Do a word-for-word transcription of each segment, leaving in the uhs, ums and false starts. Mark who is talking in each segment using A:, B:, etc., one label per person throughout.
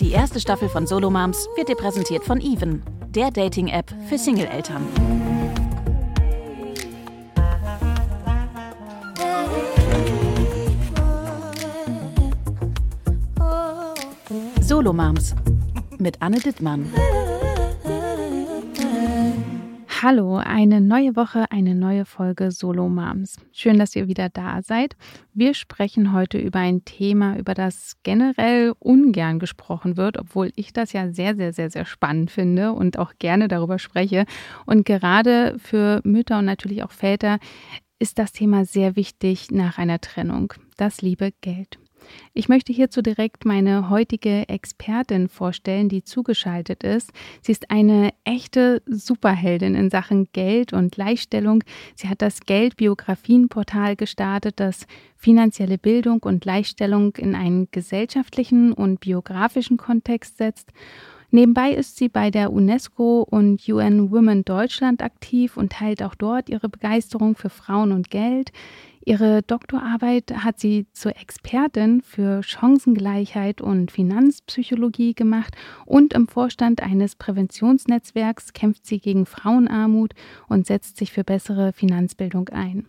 A: Die erste Staffel von Solo Moms wird dir präsentiert von Even, der Dating-App für Single-Eltern. Solo Moms mit Anne Dittmann.
B: Hallo, eine neue Woche, eine neue Folge Solo Moms. Schön, dass ihr wieder da seid. Wir sprechen heute über ein Thema, über das generell ungern gesprochen wird, obwohl ich das ja sehr, sehr, sehr, sehr spannend finde und auch gerne darüber spreche. Und gerade für Mütter und natürlich auch Väter ist das Thema sehr wichtig nach einer Trennung, das liebe Geld. Ich möchte hierzu direkt meine heutige Expertin vorstellen, die zugeschaltet ist. Sie ist eine echte Superheldin in Sachen Geld und Gleichstellung. Sie hat das Geld-Biografien-Portal gestartet, das finanzielle Bildung und Gleichstellung in einen gesellschaftlichen und biografischen Kontext setzt. Nebenbei ist sie bei der UNESCO und U N Women Deutschland aktiv und teilt auch dort ihre Begeisterung für Frauen und Geld. Ihre Doktorarbeit hat sie zur Expertin für Chancengleichheit und Finanzpsychologie gemacht und im Vorstand eines Präventionsnetzwerks kämpft sie gegen Frauenarmut und setzt sich für bessere Finanzbildung ein.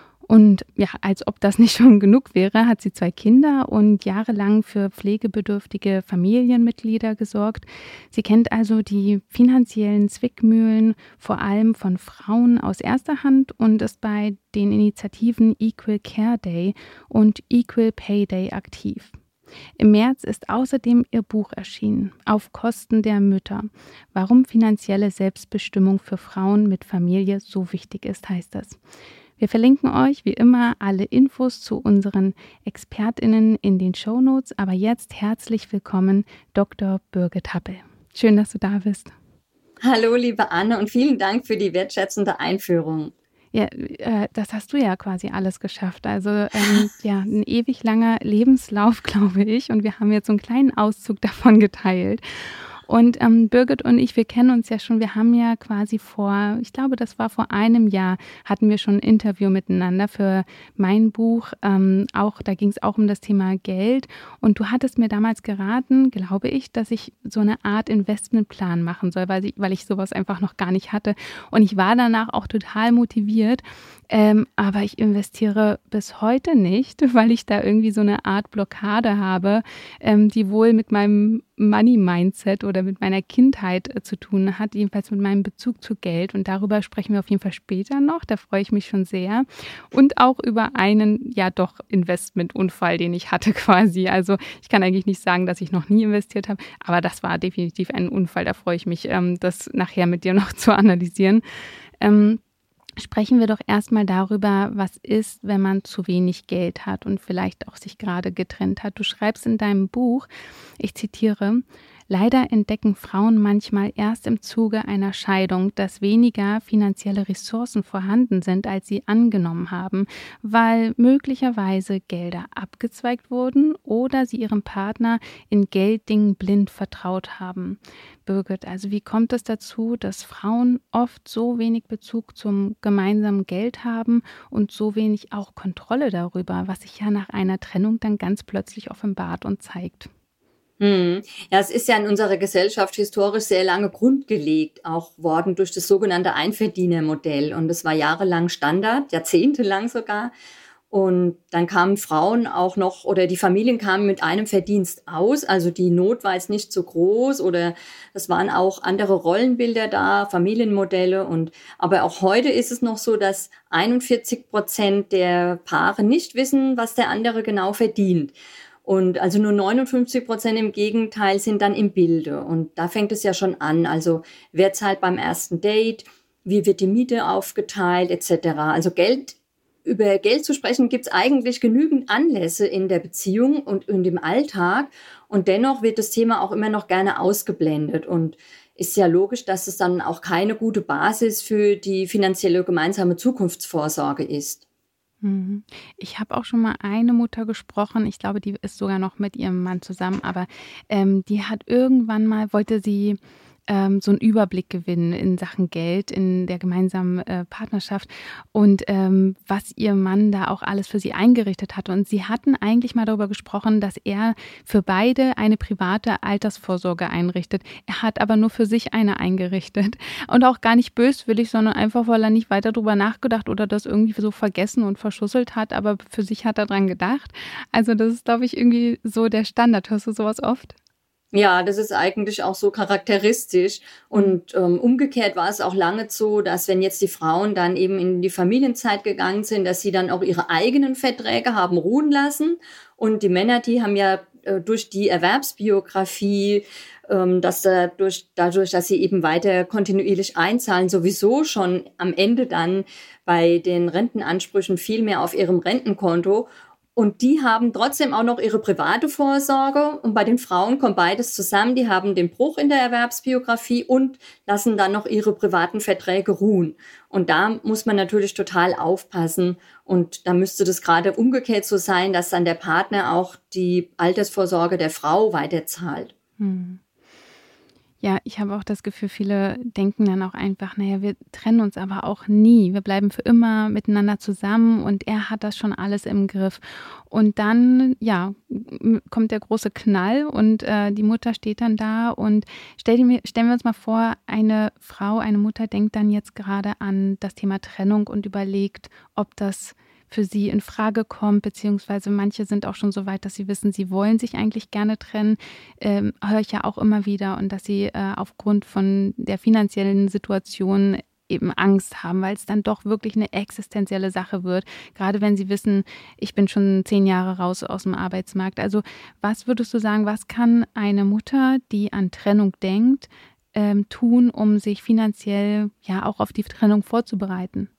B: Und ja, als ob das nicht schon genug wäre, hat sie zwei Kinder und jahrelang für pflegebedürftige Familienmitglieder gesorgt. Sie kennt also die finanziellen Zwickmühlen, vor allem von Frauen aus erster Hand und ist bei den Initiativen Equal Care Day und Equal Pay Day aktiv. Im März ist außerdem ihr Buch erschienen, Auf Kosten der Mütter. Warum finanzielle Selbstbestimmung für Frauen mit Familie so wichtig ist, heißt das. Wir verlinken euch wie immer alle Infos zu unseren ExpertInnen in den Shownotes. Aber jetzt herzlich willkommen, Doktor Birgit Happel. Schön, dass du da bist.
C: Hallo, liebe Anne, und vielen Dank für die wertschätzende Einführung.
B: Ja, äh, das hast du ja quasi alles geschafft. Also ähm, ja, ein ewig langer Lebenslauf, glaube ich. Und wir haben jetzt so einen kleinen Auszug davon geteilt. Und ähm, Birgit und ich, wir kennen uns ja schon, wir haben ja quasi vor, ich glaube, das war vor einem Jahr, hatten wir schon ein Interview miteinander für mein Buch. Ähm, auch, da ging es auch um das Thema Geld. Und du hattest mir damals geraten, glaube ich, dass ich so eine Art Investmentplan machen soll, weil ich, weil ich sowas einfach noch gar nicht hatte. Und ich war danach auch total motiviert. Ähm, aber ich investiere bis heute nicht, weil ich da irgendwie so eine Art Blockade habe, ähm, die wohl mit meinem Money-Mindset oder mit meiner Kindheit äh, zu tun hat, jedenfalls mit meinem Bezug zu Geld. Und darüber sprechen wir auf jeden Fall später noch, da freue ich mich schon sehr. Und auch über einen, ja doch, Investmentunfall, den ich hatte quasi. Also ich kann eigentlich nicht sagen, dass ich noch nie investiert habe, aber das war definitiv ein Unfall, da freue ich mich, ähm, das nachher mit dir noch zu analysieren. Ähm, Sprechen wir doch erstmal darüber, was ist, wenn man zu wenig Geld hat und vielleicht auch sich gerade getrennt hat. Du schreibst in deinem Buch, ich zitiere, leider entdecken Frauen manchmal erst im Zuge einer Scheidung, dass weniger finanzielle Ressourcen vorhanden sind, als sie angenommen haben, weil möglicherweise Gelder abgezweigt wurden oder sie ihrem Partner in Gelddingen blind vertraut haben. Birgit, also wie kommt es dazu, dass Frauen oft so wenig Bezug zum gemeinsamen Geld haben und so wenig auch Kontrolle darüber, was sich ja nach einer Trennung dann ganz plötzlich offenbart und zeigt?
C: Hm. Ja, es ist ja in unserer Gesellschaft historisch sehr lange grundgelegt, auch worden durch das sogenannte Einverdienermodell. Und es war jahrelang Standard, jahrzehntelang sogar. Und dann kamen Frauen auch noch, oder die Familien kamen mit einem Verdienst aus. Also die Not war jetzt nicht so groß oder es waren auch andere Rollenbilder da, Familienmodelle. Und aber auch heute ist es noch so, dass einundvierzig Prozent der Paare nicht wissen, was der andere genau verdient. Und also nur neunundfünfzig Prozent im Gegenteil sind dann im Bilde. Und da fängt es ja schon an. Also wer zahlt beim ersten Date? Wie wird die Miete aufgeteilt et cetera. Also Geld, über Geld zu sprechen, gibt es eigentlich genügend Anlässe in der Beziehung und in dem Alltag. Und dennoch wird das Thema auch immer noch gerne ausgeblendet. Und ist ja logisch, dass es dann auch keine gute Basis für die finanzielle gemeinsame Zukunftsvorsorge ist.
B: Ich habe auch schon mal eine Mutter gesprochen, ich glaube, die ist sogar noch mit ihrem Mann zusammen, aber ähm, die hat irgendwann mal, wollte sie ähm, so einen Überblick gewinnen in Sachen Geld, in der gemeinsamen äh, Partnerschaft und ähm, was ihr Mann da auch alles für sie eingerichtet hatte. Und sie hatten eigentlich mal darüber gesprochen, dass er für beide eine private Altersvorsorge einrichtet. Er hat aber nur für sich eine eingerichtet und auch gar nicht böswillig, sondern einfach, weil er nicht weiter darüber nachgedacht oder das irgendwie so vergessen und verschusselt hat, aber für sich hat er dran gedacht. Also das ist, glaube ich, irgendwie so der Standard. Hörst du sowas oft?
C: Ja, das ist eigentlich auch so charakteristisch. Und ähm, umgekehrt war es auch lange so, dass wenn jetzt die Frauen dann eben in die Familienzeit gegangen sind, dass sie dann auch ihre eigenen Verträge haben ruhen lassen. Und die Männer, die haben ja äh, durch die Erwerbsbiografie, ähm, dass dadurch, dadurch, dass sie eben weiter kontinuierlich einzahlen, sowieso schon am Ende dann bei den Rentenansprüchen viel mehr auf ihrem Rentenkonto. Und die haben trotzdem auch noch ihre private Vorsorge. Und bei den Frauen kommt beides zusammen. Die haben den Bruch in der Erwerbsbiografie und lassen dann noch ihre privaten Verträge ruhen. Und da muss man natürlich total aufpassen. Und da müsste das gerade umgekehrt so sein, dass dann der Partner auch die Altersvorsorge der Frau weiterzahlt.
B: Hm. Ja, ich habe auch das Gefühl, viele denken dann auch einfach, naja, wir trennen uns aber auch nie. Wir bleiben für immer miteinander zusammen und er hat das schon alles im Griff. Und dann, ja, kommt der große Knall und äh, die Mutter steht dann da und stell dir, stellen wir uns mal vor, eine Frau, eine Mutter denkt dann jetzt gerade an das Thema Trennung und überlegt, ob das für sie in Frage kommt, beziehungsweise manche sind auch schon so weit, dass sie wissen, sie wollen sich eigentlich gerne trennen, ähm, höre ich ja auch immer wieder und dass sie äh, aufgrund von der finanziellen Situation eben Angst haben, weil es dann doch wirklich eine existenzielle Sache wird, gerade wenn sie wissen, ich bin schon zehn Jahre raus aus dem Arbeitsmarkt. Also was würdest du sagen, was kann eine Mutter, die an Trennung denkt, ähm, tun, um sich finanziell ja auch auf die Trennung vorzubereiten?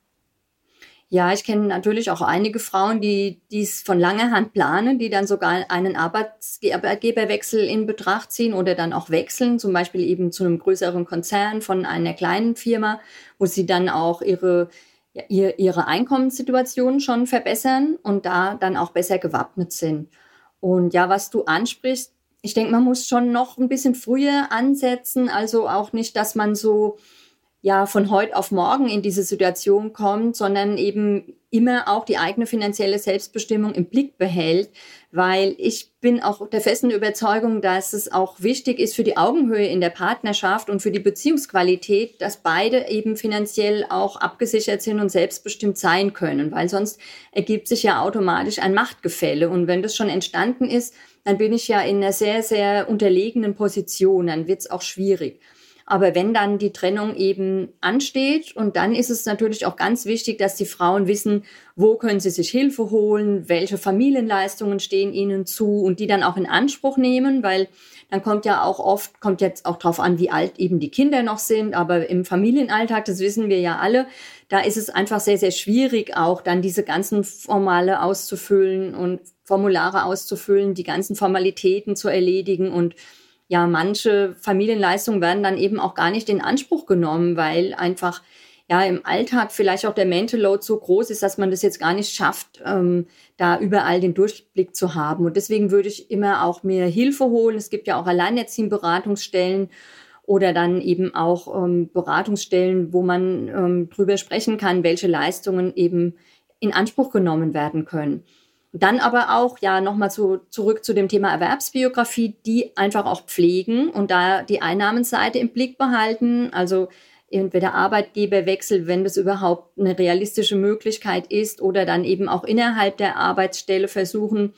C: Ja, ich kenne natürlich auch einige Frauen, die dies von langer Hand planen, die dann sogar einen Arbeitgeberwechsel in Betracht ziehen oder dann auch wechseln, zum Beispiel eben zu einem größeren Konzern von einer kleinen Firma, wo sie dann auch ihre, ja, ihre Einkommenssituation schon verbessern und da dann auch besser gewappnet sind. Und ja, was du ansprichst, ich denke, man muss schon noch ein bisschen früher ansetzen, also auch nicht, dass man so ja von heute auf morgen in diese Situation kommt, sondern eben immer auch die eigene finanzielle Selbstbestimmung im Blick behält, weil ich bin auch der festen Überzeugung, dass es auch wichtig ist für die Augenhöhe in der Partnerschaft und für die Beziehungsqualität, dass beide eben finanziell auch abgesichert sind und selbstbestimmt sein können, weil sonst ergibt sich ja automatisch ein Machtgefälle und wenn das schon entstanden ist, dann bin ich ja in einer sehr, sehr unterlegenen Position, dann wird es auch schwierig. Aber wenn dann die Trennung eben ansteht und dann ist es natürlich auch ganz wichtig, dass die Frauen wissen, wo können sie sich Hilfe holen, welche Familienleistungen stehen ihnen zu und die dann auch in Anspruch nehmen, weil dann kommt ja auch oft, kommt jetzt auch drauf an, wie alt eben die Kinder noch sind, aber im Familienalltag, das wissen wir ja alle, da ist es einfach sehr, sehr schwierig auch dann diese ganzen Formale auszufüllen und Formulare auszufüllen, die ganzen Formalitäten zu erledigen und ja, manche Familienleistungen werden dann eben auch gar nicht in Anspruch genommen, weil einfach ja im Alltag vielleicht auch der Mental Load so groß ist, dass man das jetzt gar nicht schafft, ähm, da überall den Durchblick zu haben. Und deswegen würde ich immer auch mir Hilfe holen. Es gibt ja auch Alleinerziehenden-Beratungsstellen oder dann eben auch ähm, Beratungsstellen, wo man ähm, drüber sprechen kann, welche Leistungen eben in Anspruch genommen werden können. Dann aber auch, ja, nochmal zu, zurück zu dem Thema Erwerbsbiografie, die einfach auch pflegen und da die Einnahmenseite im Blick behalten. Also entweder Arbeitgeberwechsel, wenn das überhaupt eine realistische Möglichkeit ist, oder dann eben auch innerhalb der Arbeitsstelle versuchen,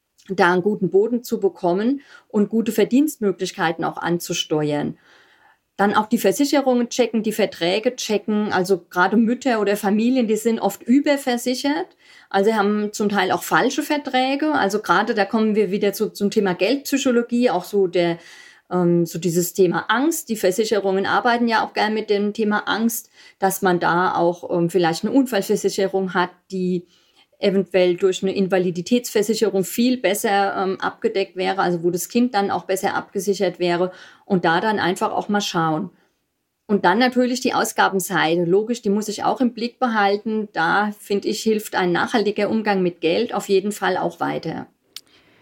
C: da einen guten Boden zu bekommen und gute Verdienstmöglichkeiten auch anzusteuern. Dann auch die Versicherungen checken, die Verträge checken. Also gerade Mütter oder Familien, die sind oft überversichert. Also haben zum Teil auch falsche Verträge. Also gerade da kommen wir wieder zu, zum Thema Geldpsychologie, auch so der ähm, so dieses Thema Angst. Die Versicherungen arbeiten ja auch gerne mit dem Thema Angst, dass man da auch ähm, vielleicht eine Unfallversicherung hat, die eventuell durch eine Invaliditätsversicherung viel besser ähm, abgedeckt wäre, also wo das Kind dann auch besser abgesichert wäre und da dann einfach auch mal schauen. Und dann natürlich die Ausgabenseite. Logisch, die muss ich auch im Blick behalten. Da, finde ich, hilft ein nachhaltiger Umgang mit Geld auf jeden Fall auch weiter.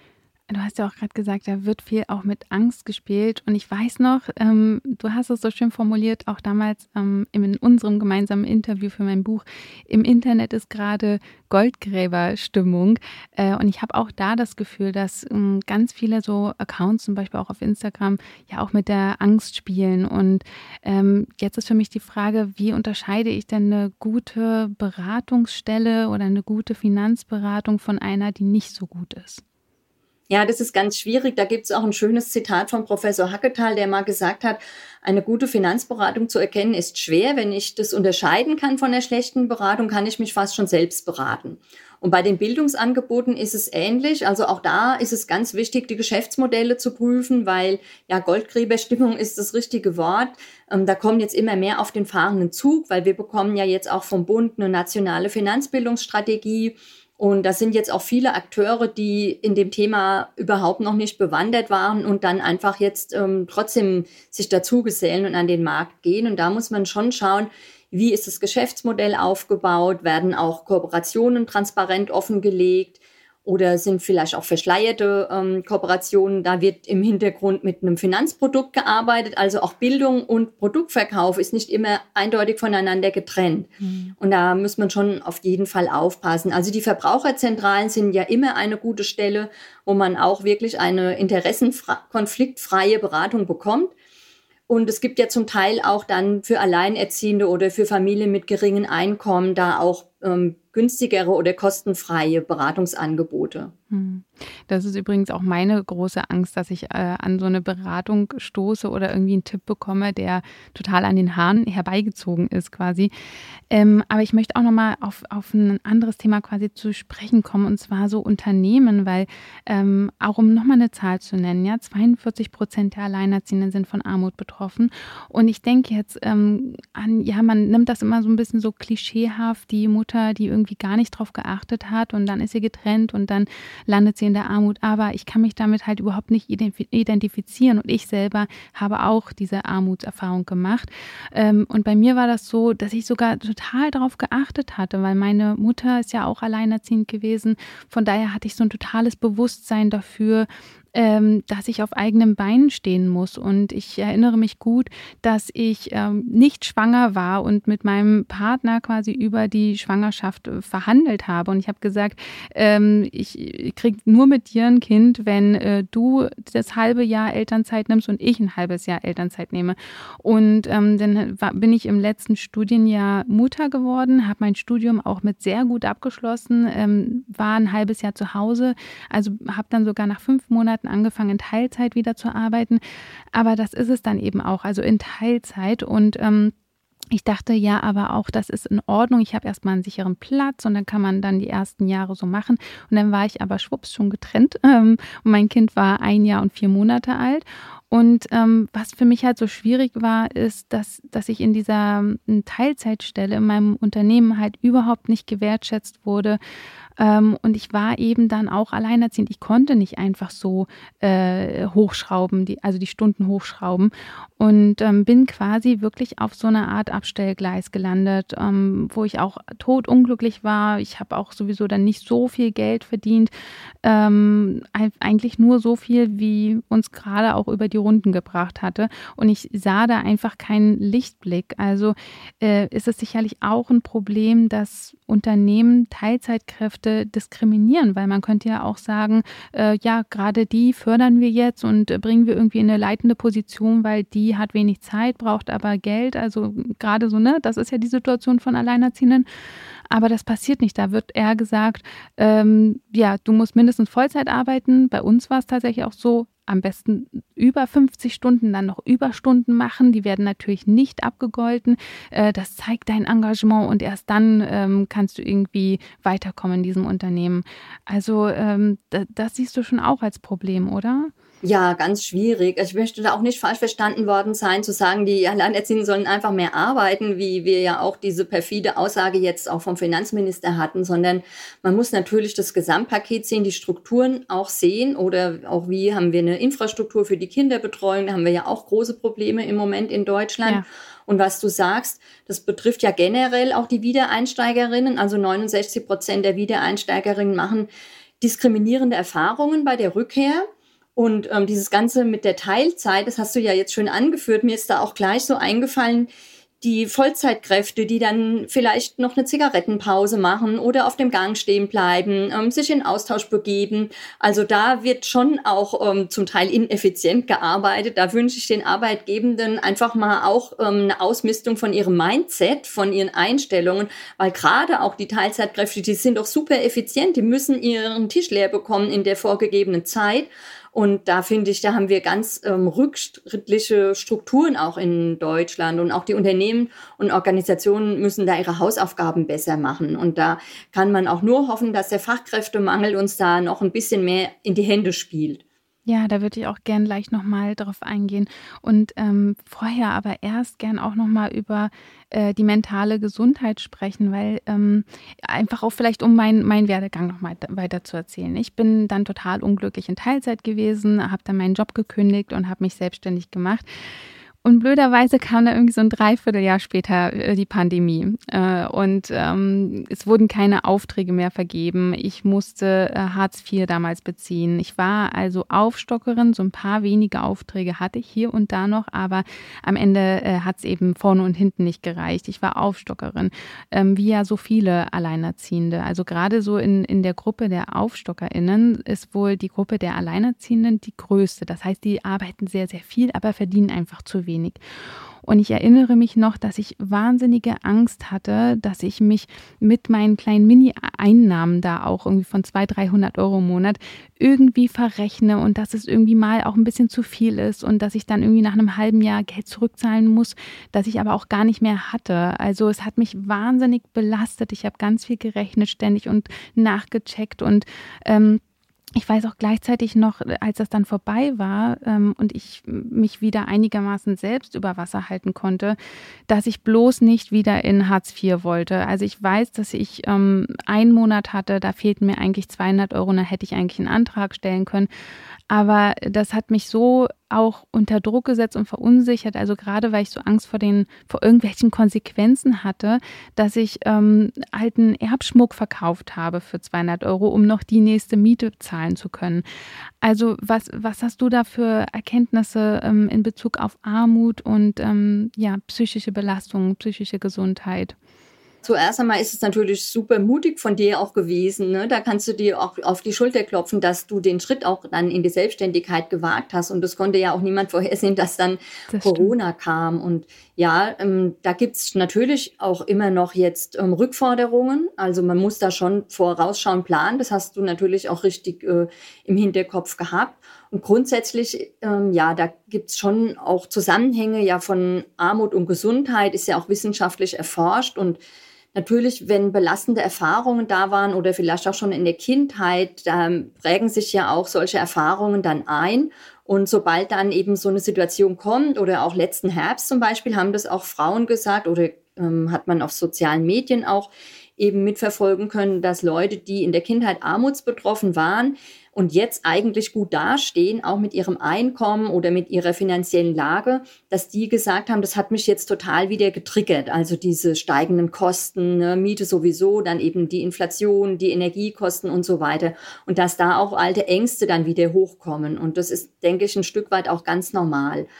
B: Du hast ja auch gerade gesagt, da wird viel auch mit Angst gespielt. Und ich weiß noch, ähm, du hast es so schön formuliert, auch damals ähm, in unserem gemeinsamen Interview für mein Buch, im Internet ist gerade Goldgräberstimmung. Äh, und ich habe auch da das Gefühl, dass ähm, ganz viele so Accounts, zum Beispiel auch auf Instagram, ja auch mit der Angst spielen. Und ähm, jetzt ist für mich die Frage, wie unterscheide ich denn eine gute Beratungsstelle oder eine gute Finanzberatung von einer, die nicht so gut ist?
C: Ja, das ist ganz schwierig. Da gibt es auch ein schönes Zitat von Professor Hacketal, der mal gesagt hat, eine gute Finanzberatung zu erkennen ist schwer. Wenn ich das unterscheiden kann von der schlechten Beratung, kann ich mich fast schon selbst beraten. Und bei den Bildungsangeboten ist es ähnlich. Also auch da ist es ganz wichtig, die Geschäftsmodelle zu prüfen, weil ja Goldgräberstimmung ist das richtige Wort. Ähm, da kommen jetzt immer mehr auf den fahrenden Zug, weil wir bekommen ja jetzt auch vom Bund eine nationale Finanzbildungsstrategie. Und das sind jetzt auch viele Akteure, die in dem Thema überhaupt noch nicht bewandert waren und dann einfach jetzt ähm, trotzdem sich dazu gesellen und an den Markt gehen. Und da muss man schon schauen, wie ist das Geschäftsmodell aufgebaut? Werden auch Kooperationen transparent offengelegt? Oder sind vielleicht auch verschleierte ähm, Kooperationen? Da wird im Hintergrund mit einem Finanzprodukt gearbeitet. Also auch Bildung und Produktverkauf ist nicht immer eindeutig voneinander getrennt. Mhm. Und da muss man schon auf jeden Fall aufpassen. Also die Verbraucherzentralen sind ja immer eine gute Stelle, wo man auch wirklich eine interessenkonfliktfreie Beratung bekommt. Und es gibt ja zum Teil auch dann für Alleinerziehende oder für Familien mit geringen Einkommen da auch ähm, günstigere oder kostenfreie Beratungsangebote.
B: Das ist übrigens auch meine große Angst, dass ich äh, an so eine Beratung stoße oder irgendwie einen Tipp bekomme, der total an den Haaren herbeigezogen ist quasi. Ähm, aber ich möchte auch nochmal auf, auf ein anderes Thema quasi zu sprechen kommen, und zwar so Unternehmen, weil ähm, auch um nochmal eine Zahl zu nennen, ja, zweiundvierzig Prozent der Alleinerziehenden sind von Armut betroffen. Und ich denke jetzt ähm, an, ja, man nimmt das immer so ein bisschen so klischeehaft, die Mutter, die irgendwie gar nicht drauf geachtet hat und dann ist sie getrennt und dann landet sie in der Armut, aber ich kann mich damit halt überhaupt nicht identifizieren und ich selber habe auch diese Armutserfahrung gemacht. Und bei mir war das so, dass ich sogar total darauf geachtet hatte, weil meine Mutter ist ja auch alleinerziehend gewesen. Von daher hatte ich so ein totales Bewusstsein dafür, Ähm, dass ich auf eigenen Beinen stehen muss. Und ich erinnere mich gut, dass ich ähm, nicht schwanger war und mit meinem Partner quasi über die Schwangerschaft äh, verhandelt habe. Und ich habe gesagt, ähm, ich kriege nur mit dir ein Kind, wenn äh, du das halbe Jahr Elternzeit nimmst und ich ein halbes Jahr Elternzeit nehme. Und ähm, dann war, bin ich im letzten Studienjahr Mutter geworden, habe mein Studium auch mit sehr gut abgeschlossen, ähm, war ein halbes Jahr zu Hause, also habe dann sogar nach fünf Monaten angefangen, in Teilzeit wieder zu arbeiten. Aber das ist es dann eben auch, also in Teilzeit. Und ähm, ich dachte, ja, aber auch das ist in Ordnung. Ich habe erstmal einen sicheren Platz und dann kann man dann die ersten Jahre so machen. Und dann war ich aber schwupps schon getrennt. Ähm, und mein Kind war ein Jahr und vier Monate alt. Und ähm, was für mich halt so schwierig war, ist, dass, dass ich in dieser Teilzeitstelle in meinem Unternehmen halt überhaupt nicht gewertschätzt wurde. Ähm, und ich war eben dann auch alleinerziehend. Ich konnte nicht einfach so äh, hochschrauben, die, also die Stunden hochschrauben. Und ähm, bin quasi wirklich auf so eine Art Abstellgleis gelandet, ähm, wo ich auch todunglücklich war. Ich habe auch sowieso dann nicht so viel Geld verdient. Ähm, eigentlich nur so viel, wie uns gerade auch über die Runden gebracht hatte. Und ich sah da einfach keinen Lichtblick. Also äh, ist es sicherlich auch ein Problem, dass Unternehmen Teilzeitkräfte diskriminieren, weil man könnte ja auch sagen, äh, ja, gerade die fördern wir jetzt und äh, bringen wir irgendwie in eine leitende Position, weil die hat wenig Zeit, braucht aber Geld. Also gerade so, ne, das ist ja die Situation von Alleinerziehenden. Aber das passiert nicht. Da wird eher gesagt, ähm, ja, du musst mindestens Vollzeit arbeiten. Bei uns war es tatsächlich auch so, am besten über fünfzig Stunden, dann noch Überstunden machen. Die werden natürlich nicht abgegolten. Äh, das zeigt dein Engagement und erst dann ähm, kannst du irgendwie weiterkommen in diesem Unternehmen. Also ähm, das, das siehst du schon auch als Problem, oder?
C: Ja, ganz schwierig. Ich möchte da auch nicht falsch verstanden worden sein, zu sagen, die Alleinerziehenden sollen einfach mehr arbeiten, wie wir ja auch diese perfide Aussage jetzt auch vom Finanzminister hatten, sondern man muss natürlich das Gesamtpaket sehen, die Strukturen auch sehen oder auch wie haben wir eine Infrastruktur für die Kinderbetreuung, da haben wir ja auch große Probleme im Moment in Deutschland. Ja. Und was du sagst, das betrifft ja generell auch die Wiedereinsteigerinnen, also neunundsechzig Prozent der Wiedereinsteigerinnen machen diskriminierende Erfahrungen bei der Rückkehr. Und ähm, dieses Ganze mit der Teilzeit, das hast du ja jetzt schön angeführt, mir ist da auch gleich so eingefallen, die Vollzeitkräfte, die dann vielleicht noch eine Zigarettenpause machen oder auf dem Gang stehen bleiben, ähm, sich in Austausch begeben. Also da wird schon auch ähm, zum Teil ineffizient gearbeitet. Da wünsche ich den Arbeitgebenden einfach mal auch ähm, eine Ausmistung von ihrem Mindset, von ihren Einstellungen, weil gerade auch die Teilzeitkräfte, die sind doch super effizient, die müssen ihren Tisch leer bekommen in der vorgegebenen Zeit. Und da finde ich, da haben wir ganz ähm, rückschrittliche Strukturen auch in Deutschland. Und auch die Unternehmen und Organisationen müssen da ihre Hausaufgaben besser machen. Und da kann man auch nur hoffen, dass der Fachkräftemangel uns da noch ein bisschen mehr in die Hände spielt.
B: Ja, da würde ich auch gern gleich nochmal drauf eingehen und ähm, vorher aber erst gern auch nochmal über äh, die mentale Gesundheit sprechen, weil ähm, einfach auch vielleicht, um meinen mein Werdegang nochmal weiter zu erzählen. Ich bin dann total unglücklich in Teilzeit gewesen, habe dann meinen Job gekündigt und habe mich selbstständig gemacht. Und blöderweise kam da irgendwie so ein Dreivierteljahr später äh, die Pandemie äh, und ähm, es wurden keine Aufträge mehr vergeben. Ich musste äh, Hartz vier damals beziehen. Ich war also Aufstockerin, so ein paar wenige Aufträge hatte ich hier und da noch, aber am Ende äh, hat es eben vorne und hinten nicht gereicht. Ich war Aufstockerin, ähm, wie ja so viele Alleinerziehende. Also gerade so in, in der Gruppe der AufstockerInnen ist wohl die Gruppe der Alleinerziehenden die größte. Das heißt, die arbeiten sehr, sehr viel, aber verdienen einfach zu wenig. Und ich erinnere mich noch, dass ich wahnsinnige Angst hatte, dass ich mich mit meinen kleinen Mini-Einnahmen da auch irgendwie von zweihundert, dreihundert Euro im Monat irgendwie verrechne und dass es irgendwie mal auch ein bisschen zu viel ist und dass ich dann irgendwie nach einem halben Jahr Geld zurückzahlen muss, das ich aber auch gar nicht mehr hatte. Also es hat mich wahnsinnig belastet. Ich habe ganz viel gerechnet ständig und nachgecheckt und ähm, ich weiß auch gleichzeitig noch, als das dann vorbei war ähm, und ich mich wieder einigermaßen selbst über Wasser halten konnte, dass ich bloß nicht wieder in Hartz vier wollte. Also ich weiß, dass ich ähm, einen Monat hatte, da fehlten mir eigentlich zweihundert Euro, da hätte ich eigentlich einen Antrag stellen können. Aber das hat mich so auch unter Druck gesetzt und verunsichert, also gerade weil ich so Angst vor den vor irgendwelchen Konsequenzen hatte, dass ich ähm, alten Erbschmuck verkauft habe für zweihundert Euro, um noch die nächste Miete zahlen zu können. Also was was hast du da für Erkenntnisse ähm, in Bezug auf Armut und ähm, ja psychische Belastung, psychische Gesundheit?
C: Zuerst einmal ist es natürlich super mutig von dir auch gewesen, ne? Da kannst du dir auch auf die Schulter klopfen, dass du den Schritt auch dann in die Selbstständigkeit gewagt hast. Und das konnte ja auch niemand vorhersehen, dass dann das Corona stimmt. kam. Und ja, ähm, da gibt's natürlich auch immer noch jetzt ähm, Rückforderungen. Also man muss da schon vorausschauen, planen. Das hast du natürlich auch richtig äh, im Hinterkopf gehabt. Und grundsätzlich, ähm, ja, da gibt's schon auch Zusammenhänge ja von Armut und Gesundheit, ist ja auch wissenschaftlich erforscht. Und natürlich, wenn belastende Erfahrungen da waren oder vielleicht auch schon in der Kindheit, da prägen sich ja auch solche Erfahrungen dann ein. Und sobald dann eben so eine Situation kommt oder auch letzten Herbst zum Beispiel haben das auch Frauen gesagt oder ähm, hat man auf sozialen Medien auch eben mitverfolgen können, dass Leute, die in der Kindheit armutsbetroffen waren und jetzt eigentlich gut dastehen, auch mit ihrem Einkommen oder mit ihrer finanziellen Lage, dass die gesagt haben, das hat mich jetzt total wieder getriggert. Also diese steigenden Kosten, ne, Miete sowieso, dann eben die Inflation, die Energiekosten und so weiter. Und dass da auch alte Ängste dann wieder hochkommen. Und das ist, denke ich, ein Stück weit auch ganz normal.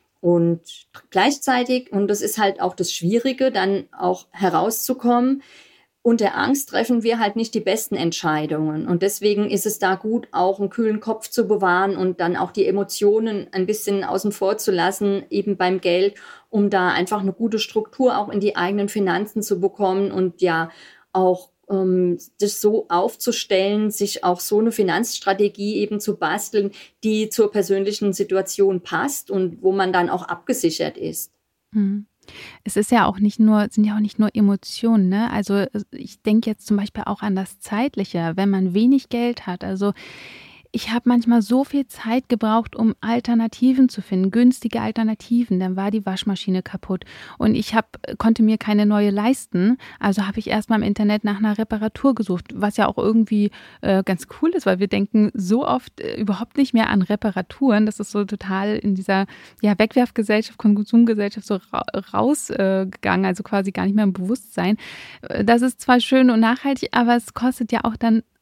C: Und gleichzeitig, und das ist halt auch das Schwierige, dann auch herauszukommen, unter Angst treffen wir halt nicht die besten Entscheidungen. Und deswegen ist es da gut, auch einen kühlen Kopf zu bewahren und dann auch die Emotionen ein bisschen außen vor zu lassen, eben beim Geld, um da einfach eine gute Struktur auch in die eigenen Finanzen zu bekommen und ja auch ähm, das so aufzustellen, sich auch so eine Finanzstrategie eben zu basteln, die zur persönlichen Situation passt und wo man dann auch abgesichert ist.
B: Mhm. Es ist ja auch nicht nur, sind ja auch nicht nur Emotionen, ne? Also ich denke jetzt zum Beispiel auch an das Zeitliche, wenn man wenig Geld hat. Also ich habe manchmal so viel Zeit gebraucht, um Alternativen zu finden, günstige Alternativen. Dann war die Waschmaschine kaputt und ich hab, konnte mir keine neue leisten. Also habe ich erst mal im Internet nach einer Reparatur gesucht, was ja auch irgendwie äh, ganz cool ist, weil wir denken so oft äh, überhaupt nicht mehr an Reparaturen. Das ist so total in dieser ja, Wegwerfgesellschaft, Konsumgesellschaft so ra- rausgegangen, äh, also quasi gar nicht mehr im Bewusstsein. Das ist zwar schön und nachhaltig, aber es kostet ja auch dann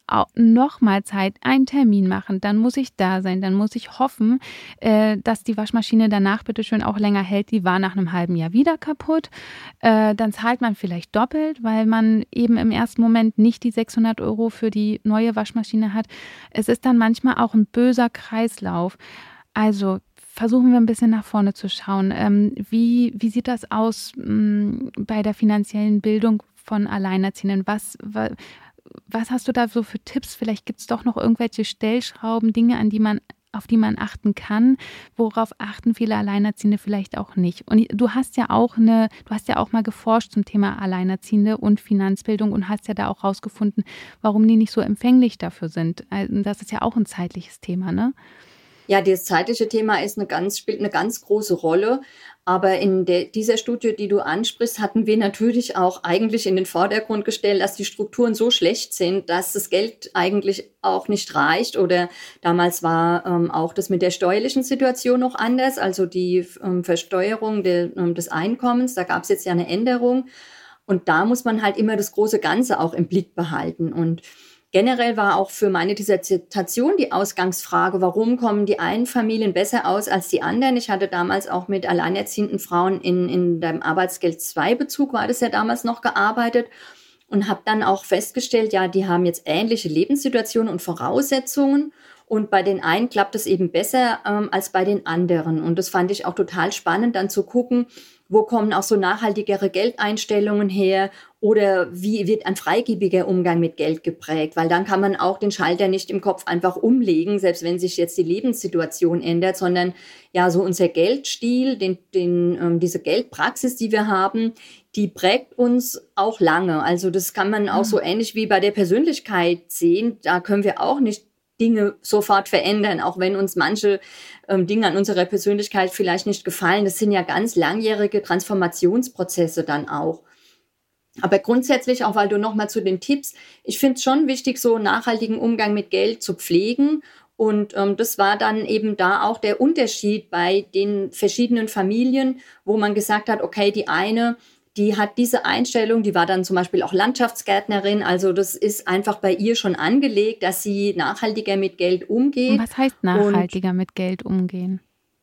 B: nochmal Zeit, einen Termin machen, dann muss ich da sein, dann muss ich hoffen, äh, dass die Waschmaschine danach bitteschön auch länger hält. Die war nach einem halben Jahr wieder kaputt. Äh, dann zahlt man vielleicht doppelt, weil man eben im ersten Moment nicht die sechshundert Euro für die neue Waschmaschine hat. Es ist dann manchmal auch ein böser Kreislauf. Also versuchen wir ein bisschen nach vorne zu schauen. Ähm, wie, wie sieht das aus mh, bei der finanziellen Bildung von Alleinerziehenden? Was, was, was hast du da so für Tipps? Vielleicht gibt es doch noch irgendwelche Stellschrauben, Dinge, an die man, auf die man achten kann. Worauf achten viele Alleinerziehende vielleicht auch nicht? Und du hast ja auch eine, du hast ja auch mal geforscht zum Thema Alleinerziehende und Finanzbildung und hast ja da auch rausgefunden, warum die nicht so empfänglich dafür sind. Das ist ja auch ein zeitliches Thema, ne?
C: Ja, das zeitliche Thema ist eine ganz, spielt eine ganz große Rolle. Aber in der, dieser Studie, die du ansprichst, hatten wir natürlich auch eigentlich in den Vordergrund gestellt, dass die Strukturen so schlecht sind, dass das Geld eigentlich auch nicht reicht. Oder damals war ähm, auch das mit der steuerlichen Situation noch anders, also die ähm, Versteuerung de, ähm, des Einkommens. Da gab es jetzt ja eine Änderung. Und da muss man halt immer das große Ganze auch im Blick behalten. Und generell war auch für meine Dissertation die Ausgangsfrage, warum kommen die einen Familien besser aus als die anderen? Ich hatte damals auch mit alleinerziehenden Frauen in, in dem Arbeitsgeld zwei Bezug, war das ja damals noch, gearbeitet und habe dann auch festgestellt, ja, die haben jetzt ähnliche Lebenssituationen und Voraussetzungen und bei den einen klappt es eben besser ähm, als bei den anderen. Und das fand ich auch total spannend, dann zu gucken, wo kommen auch so nachhaltigere Geldeinstellungen her oder wie wird ein freigebiger Umgang mit Geld geprägt? Weil dann kann man auch den Schalter nicht im Kopf einfach umlegen, selbst wenn sich jetzt die Lebenssituation ändert, sondern ja, so unser Geldstil, den, den, ähm, diese Geldpraxis, die wir haben, die prägt uns auch lange. Also das kann man auch so ähnlich wie bei der Persönlichkeit sehen. Da können wir auch nicht Dinge sofort verändern, auch wenn uns manche ähm, Dinge an unserer Persönlichkeit vielleicht nicht gefallen. Das sind ja ganz langjährige Transformationsprozesse dann auch. Aber grundsätzlich, auch weil du nochmal zu den Tipps, ich finde es schon wichtig, so einen nachhaltigen Umgang mit Geld zu pflegen. Und ähm, das war dann eben da auch der Unterschied bei den verschiedenen Familien, wo man gesagt hat, okay, die eine, die hat diese Einstellung, die war dann zum Beispiel auch Landschaftsgärtnerin, also das ist einfach bei ihr schon angelegt, dass sie nachhaltiger mit Geld umgeht.
B: Und was heißt nachhaltiger Und, mit Geld umgehen?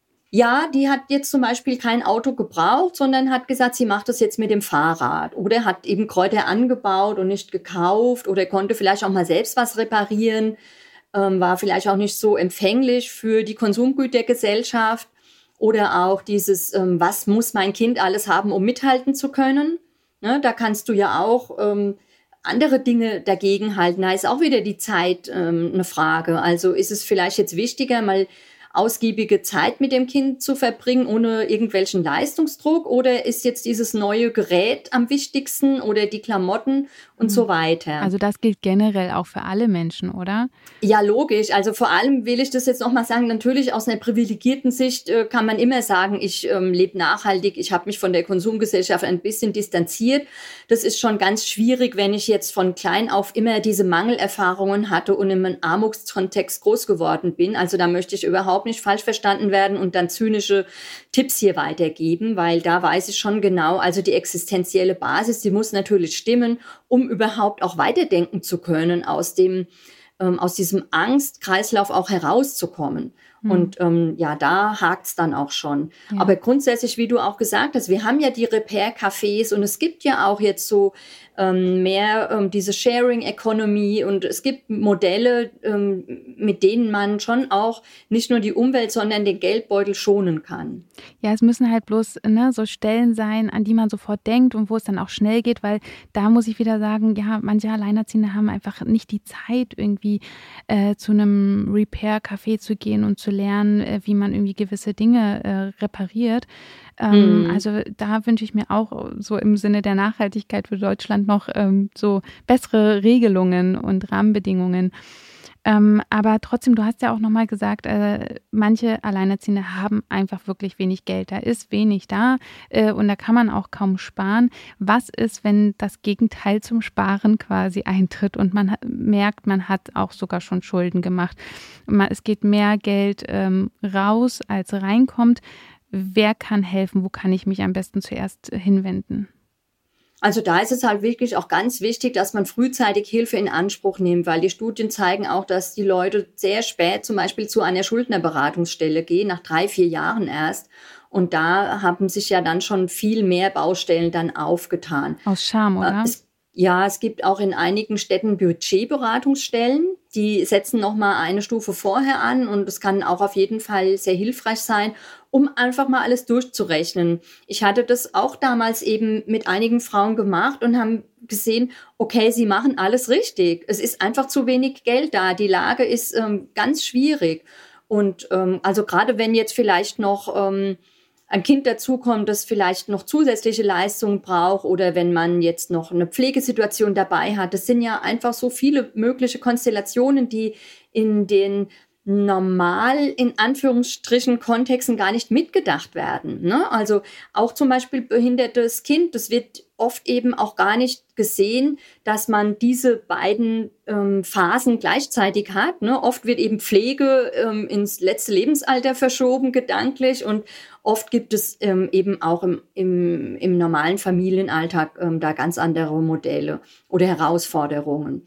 C: Ja, die hat jetzt zum Beispiel kein Auto gebraucht, sondern hat gesagt, sie macht das jetzt mit dem Fahrrad oder hat eben Kräuter angebaut und nicht gekauft oder konnte vielleicht auch mal selbst was reparieren, ähm, war vielleicht auch nicht so empfänglich für die Konsumgütergesellschaft. Oder auch dieses, ähm, was muss mein Kind alles haben, um mithalten zu können? Ne, da kannst du ja auch ähm, andere Dinge dagegen halten. Da ist auch wieder die Zeit ähm, eine Frage. Also ist es vielleicht jetzt wichtiger, mal ausgiebige Zeit mit dem Kind zu verbringen, ohne irgendwelchen Leistungsdruck? Oder ist jetzt dieses neue Gerät am wichtigsten oder die Klamotten und mhm. so weiter?
B: Also das gilt generell auch für alle Menschen, oder?
C: Ja, logisch. Also vor allem will ich das jetzt nochmal sagen, natürlich aus einer privilegierten Sicht äh, kann man immer sagen, ich ähm, lebe nachhaltig, ich habe mich von der Konsumgesellschaft ein bisschen distanziert. Das ist schon ganz schwierig, wenn ich jetzt von klein auf immer diese Mangelerfahrungen hatte und in einem Armutskontext groß geworden bin. Also da möchte ich überhaupt nicht falsch verstanden werden und dann zynische Tipps hier weitergeben, weil da weiß ich schon genau, also die existenzielle Basis, die muss natürlich stimmen, um überhaupt auch weiterdenken zu können, aus dem ähm, aus diesem Angstkreislauf auch herauszukommen. Mhm. Und ähm, ja, da hakt's dann auch schon. Ja. Aber grundsätzlich, wie du auch gesagt hast, wir haben ja die Repair-Cafés und es gibt ja auch jetzt so ähm, mehr ähm, diese Sharing-Economy und es gibt Modelle, ähm, mit denen man schon auch nicht nur die Umwelt, sondern den Geldbeutel schonen kann.
B: Ja, es müssen halt bloß ne, so Stellen sein, an die man sofort denkt und wo es dann auch schnell geht, weil da muss ich wieder sagen, ja, manche Alleinerziehende haben einfach nicht die Zeit, irgendwie äh, zu einem Repair-Café zu gehen und zu lernen, äh, wie man irgendwie gewisse Dinge äh, repariert. Ähm, mhm. Also da wünsche ich mir auch so im Sinne der Nachhaltigkeit für Deutschland noch ähm, so bessere Regelungen und Rahmenbedingungen. Ähm, aber trotzdem, du hast ja auch nochmal gesagt, äh, manche Alleinerziehende haben einfach wirklich wenig Geld. Da ist wenig da äh, und da kann man auch kaum sparen. Was ist, wenn das Gegenteil zum Sparen quasi eintritt und man hat, merkt, man hat auch sogar schon Schulden gemacht? Man, es geht mehr Geld ähm, raus, als reinkommt. Wer kann helfen? Wo kann ich mich am besten zuerst hinwenden?
C: Also da ist es halt wirklich auch ganz wichtig, dass man frühzeitig Hilfe in Anspruch nimmt, weil die Studien zeigen auch, dass die Leute sehr spät zum Beispiel zu einer Schuldnerberatungsstelle gehen, nach drei, vier Jahren erst. Und da haben sich ja dann schon viel mehr Baustellen dann aufgetan.
B: Aus Scham, oder?
C: Es, ja, es gibt auch in einigen Städten Budgetberatungsstellen, die setzen nochmal eine Stufe vorher an und es kann auch auf jeden Fall sehr hilfreich sein, um einfach mal alles durchzurechnen. Ich hatte das auch damals eben mit einigen Frauen gemacht und haben gesehen, okay, sie machen alles richtig. Es ist einfach zu wenig Geld da. Die Lage ist ähm, ganz schwierig. Und ähm, also gerade wenn jetzt vielleicht noch ähm, ein Kind dazukommt, das vielleicht noch zusätzliche Leistungen braucht oder wenn man jetzt noch eine Pflegesituation dabei hat. Das sind ja einfach so viele mögliche Konstellationen, die in den normal in Anführungsstrichen Kontexten gar nicht mitgedacht werden. Ne? Also auch zum Beispiel behindertes Kind, das wird oft eben auch gar nicht gesehen, dass man diese beiden ähm, Phasen gleichzeitig hat. Ne? Oft wird eben Pflege ähm, ins letzte Lebensalter verschoben, gedanklich, und oft gibt es ähm, eben auch im, im, im normalen Familienalltag ähm, da ganz andere Modelle oder Herausforderungen.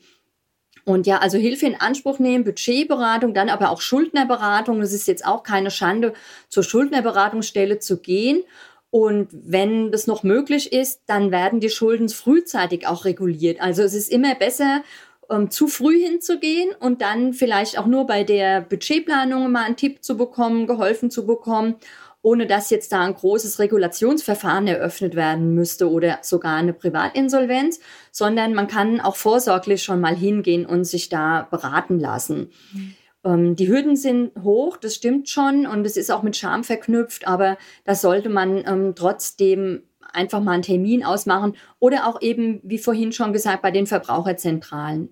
C: Und ja, also Hilfe in Anspruch nehmen, Budgetberatung, dann aber auch Schuldnerberatung. Das ist jetzt auch keine Schande, zur Schuldnerberatungsstelle zu gehen. Und wenn das noch möglich ist, dann werden die Schulden frühzeitig auch reguliert. Also es ist immer besser, um zu früh hinzugehen und dann vielleicht auch nur bei der Budgetplanung mal einen Tipp zu bekommen, geholfen zu bekommen, ohne dass jetzt da ein großes Regulationsverfahren eröffnet werden müsste oder sogar eine Privatinsolvenz, sondern man kann auch vorsorglich schon mal hingehen und sich da beraten lassen. Mhm. Ähm, die Hürden sind hoch, das stimmt schon, und es ist auch mit Scham verknüpft, aber da sollte man ähm, trotzdem einfach mal einen Termin ausmachen oder auch eben, wie vorhin schon gesagt, bei den Verbraucherzentralen.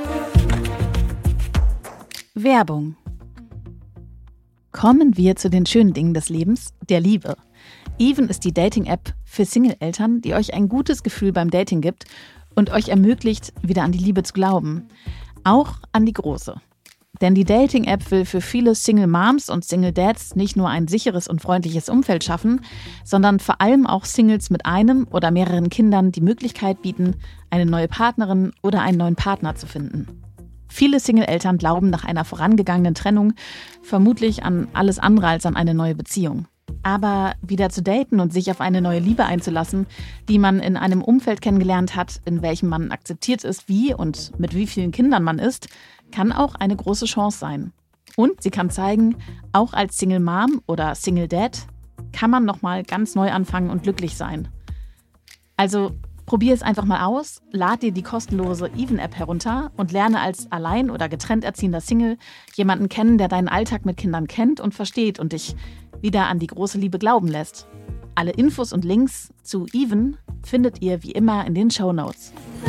A: Werbung. Kommen wir zu den schönen Dingen des Lebens, der Liebe. Even ist die Dating-App für Single-Eltern, die euch ein gutes Gefühl beim Dating gibt und euch ermöglicht, wieder an die Liebe zu glauben. Auch an die große. Denn die Dating-App will für viele Single-Moms und Single-Dads nicht nur ein sicheres und freundliches Umfeld schaffen, sondern vor allem auch Singles mit einem oder mehreren Kindern die Möglichkeit bieten, eine neue Partnerin oder einen neuen Partner zu finden. Viele Single-Eltern glauben nach einer vorangegangenen Trennung vermutlich an alles andere als an eine neue Beziehung. Aber wieder zu daten und sich auf eine neue Liebe einzulassen, die man in einem Umfeld kennengelernt hat, in welchem man akzeptiert ist, wie und mit wie vielen Kindern man ist, kann auch eine große Chance sein. Und sie kann zeigen, auch als Single Mom oder Single Dad kann man nochmal ganz neu anfangen und glücklich sein. Also probier es einfach mal aus, lad dir die kostenlose Even-App herunter und lerne als allein- oder getrennt erziehender Single jemanden kennen, der deinen Alltag mit Kindern kennt und versteht und dich wieder an die große Liebe glauben lässt. Alle Infos und Links zu Even findet ihr wie immer in den Shownotes.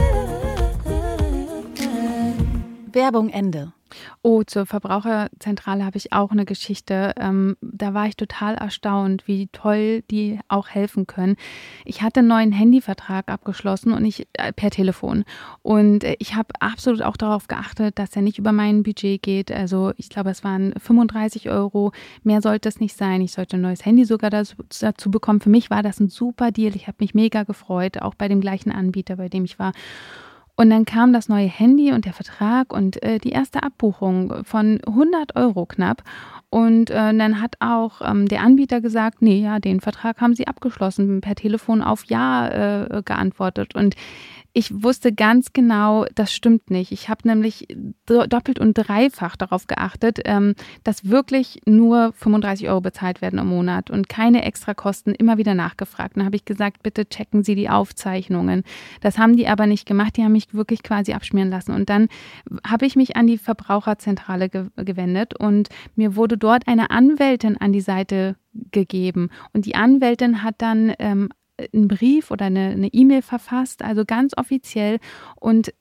A: Werbung Ende.
B: Oh, zur Verbraucherzentrale habe ich auch eine Geschichte. Ähm, da war ich total erstaunt, wie toll die auch helfen können. Ich hatte einen neuen Handyvertrag abgeschlossen und ich äh, per Telefon. Und äh, ich habe absolut auch darauf geachtet, dass er nicht über mein Budget geht. Also ich glaube, es waren fünfunddreißig Euro. Mehr sollte es nicht sein. Ich sollte ein neues Handy sogar dazu, dazu bekommen. Für mich war das ein super Deal. Ich habe mich mega gefreut, auch bei dem gleichen Anbieter, bei dem ich war. Und dann kam das neue Handy und der Vertrag und äh, die erste Abbuchung von hundert Euro knapp. Und äh, dann hat auch ähm, der Anbieter gesagt, nee, ja, den Vertrag haben sie abgeschlossen, per Telefon auf Ja äh, geantwortet. Und ich wusste ganz genau, das stimmt nicht. Ich habe nämlich doppelt und dreifach darauf geachtet, ähm, dass wirklich nur fünfunddreißig Euro bezahlt werden im Monat und keine Extrakosten, immer wieder nachgefragt. Dann habe ich gesagt, bitte checken Sie die Aufzeichnungen. Das haben die aber nicht gemacht, die haben mich wirklich quasi abschmieren lassen. Und dann habe ich mich an die Verbraucherzentrale ge- gewendet und mir wurde dort eine Anwältin an die Seite gegeben. Und die Anwältin hat dann ähm, einen Brief oder eine, eine E-Mail verfasst, also ganz offiziell, und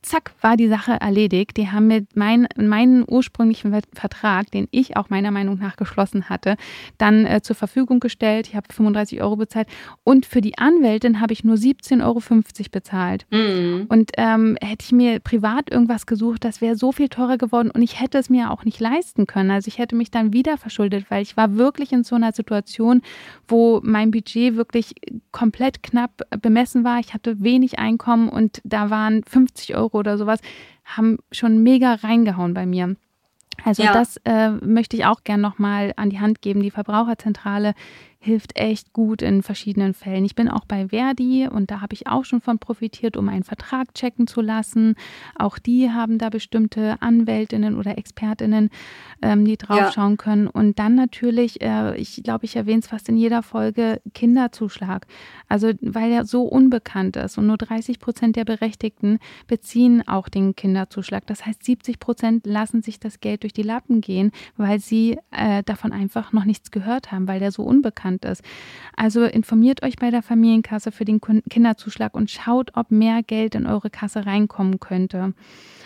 B: zack, war die Sache erledigt. Die haben mir mein, meinen ursprünglichen Vertrag, den ich auch meiner Meinung nach geschlossen hatte, dann äh, zur Verfügung gestellt. Ich habe fünfunddreißig Euro bezahlt und für die Anwältin habe ich nur siebzehn Euro fünfzig bezahlt. Mhm. Und ähm, hätte ich mir privat irgendwas gesucht, das wäre so viel teurer geworden und ich hätte es mir auch nicht leisten können. Also ich hätte mich dann wieder verschuldet, weil ich war wirklich in so einer Situation, wo mein Budget wirklich komplett knapp bemessen war. Ich hatte wenig Einkommen und da waren fünfzig Euro oder sowas, haben schon mega reingehauen bei mir. Also ja. das äh, möchte ich auch gern nochmal an die Hand geben. Die Verbraucherzentrale hilft echt gut in verschiedenen Fällen. Ich bin auch bei Verdi und da habe ich auch schon von profitiert, um einen Vertrag checken zu lassen. Auch die haben da bestimmte Anwältinnen oder Expertinnen, ähm, die draufschauen ja. können. Und dann natürlich, äh, ich glaube, ich erwähne es fast in jeder Folge, Kinderzuschlag. Also weil er so unbekannt ist und nur dreißig Prozent der Berechtigten beziehen auch den Kinderzuschlag. Das heißt, siebzig Prozent lassen sich das Geld durch die Lappen gehen, weil sie äh, davon einfach noch nichts gehört haben, weil der so unbekannt ist. Also informiert euch bei der Familienkasse für den Kinderzuschlag und schaut, ob mehr Geld in eure Kasse reinkommen könnte.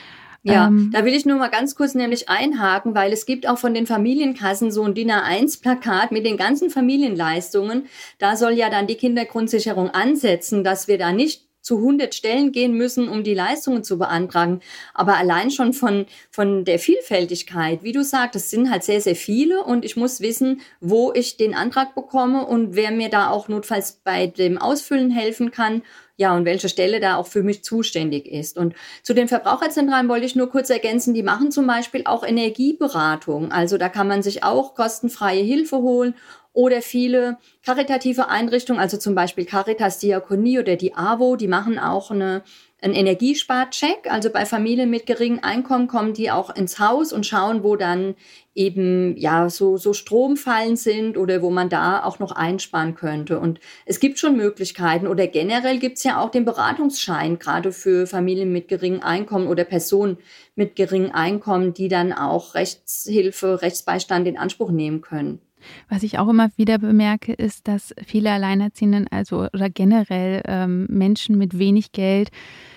C: Ja, ähm, da will ich nur mal ganz kurz nämlich einhaken, weil es gibt auch von den Familienkassen so ein D I N A eins Plakat mit den ganzen Familienleistungen. Da soll ja dann die Kindergrundsicherung ansetzen, dass wir da nicht zu hundert Stellen gehen müssen, um die Leistungen zu beantragen. Aber allein schon von, von der Vielfältigkeit, wie du sagst, es sind halt sehr, sehr viele und ich muss wissen, wo ich den Antrag bekomme und wer mir da auch notfalls bei dem Ausfüllen helfen kann. Ja, und welche Stelle da auch für mich zuständig ist. Und zu den Verbraucherzentralen wollte ich nur kurz ergänzen, die machen zum Beispiel auch Energieberatung. Also da kann man sich auch kostenfreie Hilfe holen. Oder viele karitative Einrichtungen, also zum Beispiel Caritas Diakonie oder die A W O, die machen auch eine, einen Energiesparcheck. Also bei Familien mit geringem Einkommen kommen die auch ins Haus und schauen, wo dann eben ja so, so Stromfallen sind oder wo man da auch noch einsparen könnte. Und es gibt schon Möglichkeiten oder generell gibt es ja auch den Beratungsschein, gerade für Familien mit geringem Einkommen oder Personen mit geringem Einkommen, die dann auch Rechtshilfe, Rechtsbeistand in Anspruch nehmen können.
B: Was ich auch immer wieder bemerke, ist, dass viele Alleinerziehenden, also oder generell ähm, Menschen mit wenig Geld,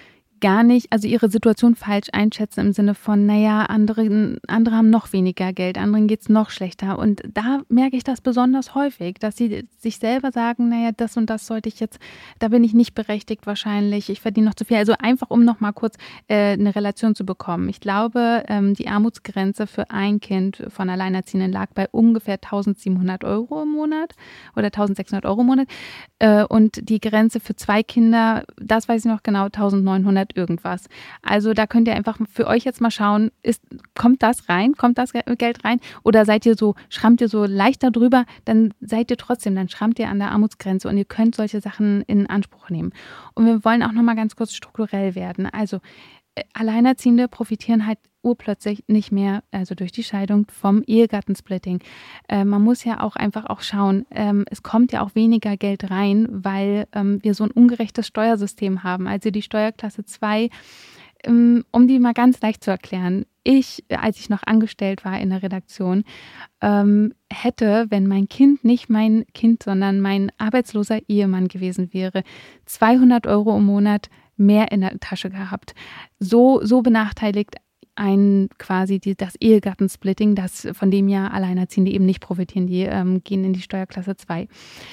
B: gar nicht, also ihre Situation falsch einschätzen im Sinne von, naja, andere, andere haben noch weniger Geld, anderen geht es noch schlechter. Und da merke ich das besonders häufig, dass sie sich selber sagen, naja, das und das sollte ich jetzt, da bin ich nicht berechtigt wahrscheinlich, ich verdiene noch zu viel. Also einfach, um noch mal kurz äh, eine Relation zu bekommen. Ich glaube, ähm, die Armutsgrenze für ein Kind von Alleinerziehenden lag bei ungefähr eintausendsiebenhundert Euro im Monat oder eintausendsechshundert Euro im Monat. Äh, und die Grenze für zwei Kinder, das weiß ich noch genau, eintausendneunhundert irgendwas. Also da könnt ihr einfach für euch jetzt mal schauen, ist, kommt das rein, kommt das Geld rein oder seid ihr so, schrammt ihr so leicht darüber, dann seid ihr trotzdem, dann schrammt ihr an der Armutsgrenze und ihr könnt solche Sachen in Anspruch nehmen. Und wir wollen auch nochmal ganz kurz strukturell werden. Also Alleinerziehende profitieren halt urplötzlich nicht mehr, also durch die Scheidung, vom Ehegattensplitting. Äh, man muss ja auch einfach auch schauen, ähm, es kommt ja auch weniger Geld rein, weil ähm, wir so ein ungerechtes Steuersystem haben. Also die Steuerklasse zwei, ähm, um die mal ganz leicht zu erklären. Ich, als ich noch angestellt war in der Redaktion, ähm, hätte, wenn mein Kind nicht mein Kind, sondern mein arbeitsloser Ehemann gewesen wäre, zweihundert Euro im Monat mehr in der Tasche gehabt. So, so benachteiligt ein quasi die, das Ehegattensplitting, das, von dem ja Alleinerziehende eben nicht profitieren, die ähm, gehen in die Steuerklasse zwei.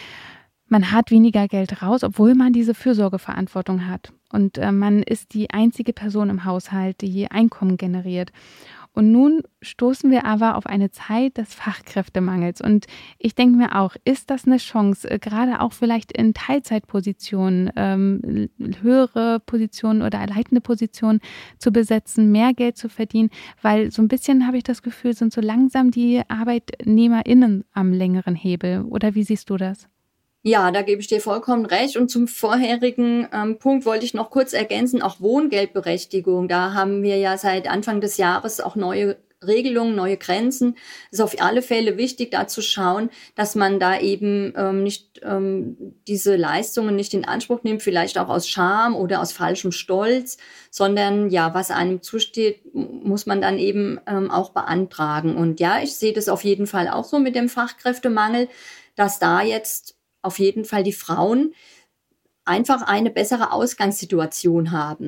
B: Man hat weniger Geld raus, obwohl man diese Fürsorgeverantwortung hat. Und äh, man ist die einzige Person im Haushalt, die Einkommen generiert. Und nun stoßen wir aber auf eine Zeit des Fachkräftemangels. Und ich denke mir auch, ist das eine Chance, gerade auch vielleicht in Teilzeitpositionen, ähm, höhere Positionen oder leitende Positionen zu besetzen, mehr Geld zu verdienen? Weil so ein bisschen habe ich das Gefühl, sind so langsam die ArbeitnehmerInnen am längeren Hebel. Oder wie siehst du das?
C: Ja, da gebe ich dir vollkommen recht. Und zum vorherigen ähm, Punkt wollte ich noch kurz ergänzen, auch Wohngeldberechtigung. Da haben wir ja seit Anfang des Jahres auch neue Regelungen, neue Grenzen. Es ist auf alle Fälle wichtig, da zu schauen, dass man da eben ähm, nicht ähm, diese Leistungen nicht in Anspruch nimmt, vielleicht auch aus Scham oder aus falschem Stolz, sondern ja, was einem zusteht, muss man dann eben ähm, auch beantragen. Und ja, ich sehe das auf jeden Fall auch so mit dem Fachkräftemangel, dass da jetzt auf jeden Fall die Frauen einfach eine bessere Ausgangssituation haben.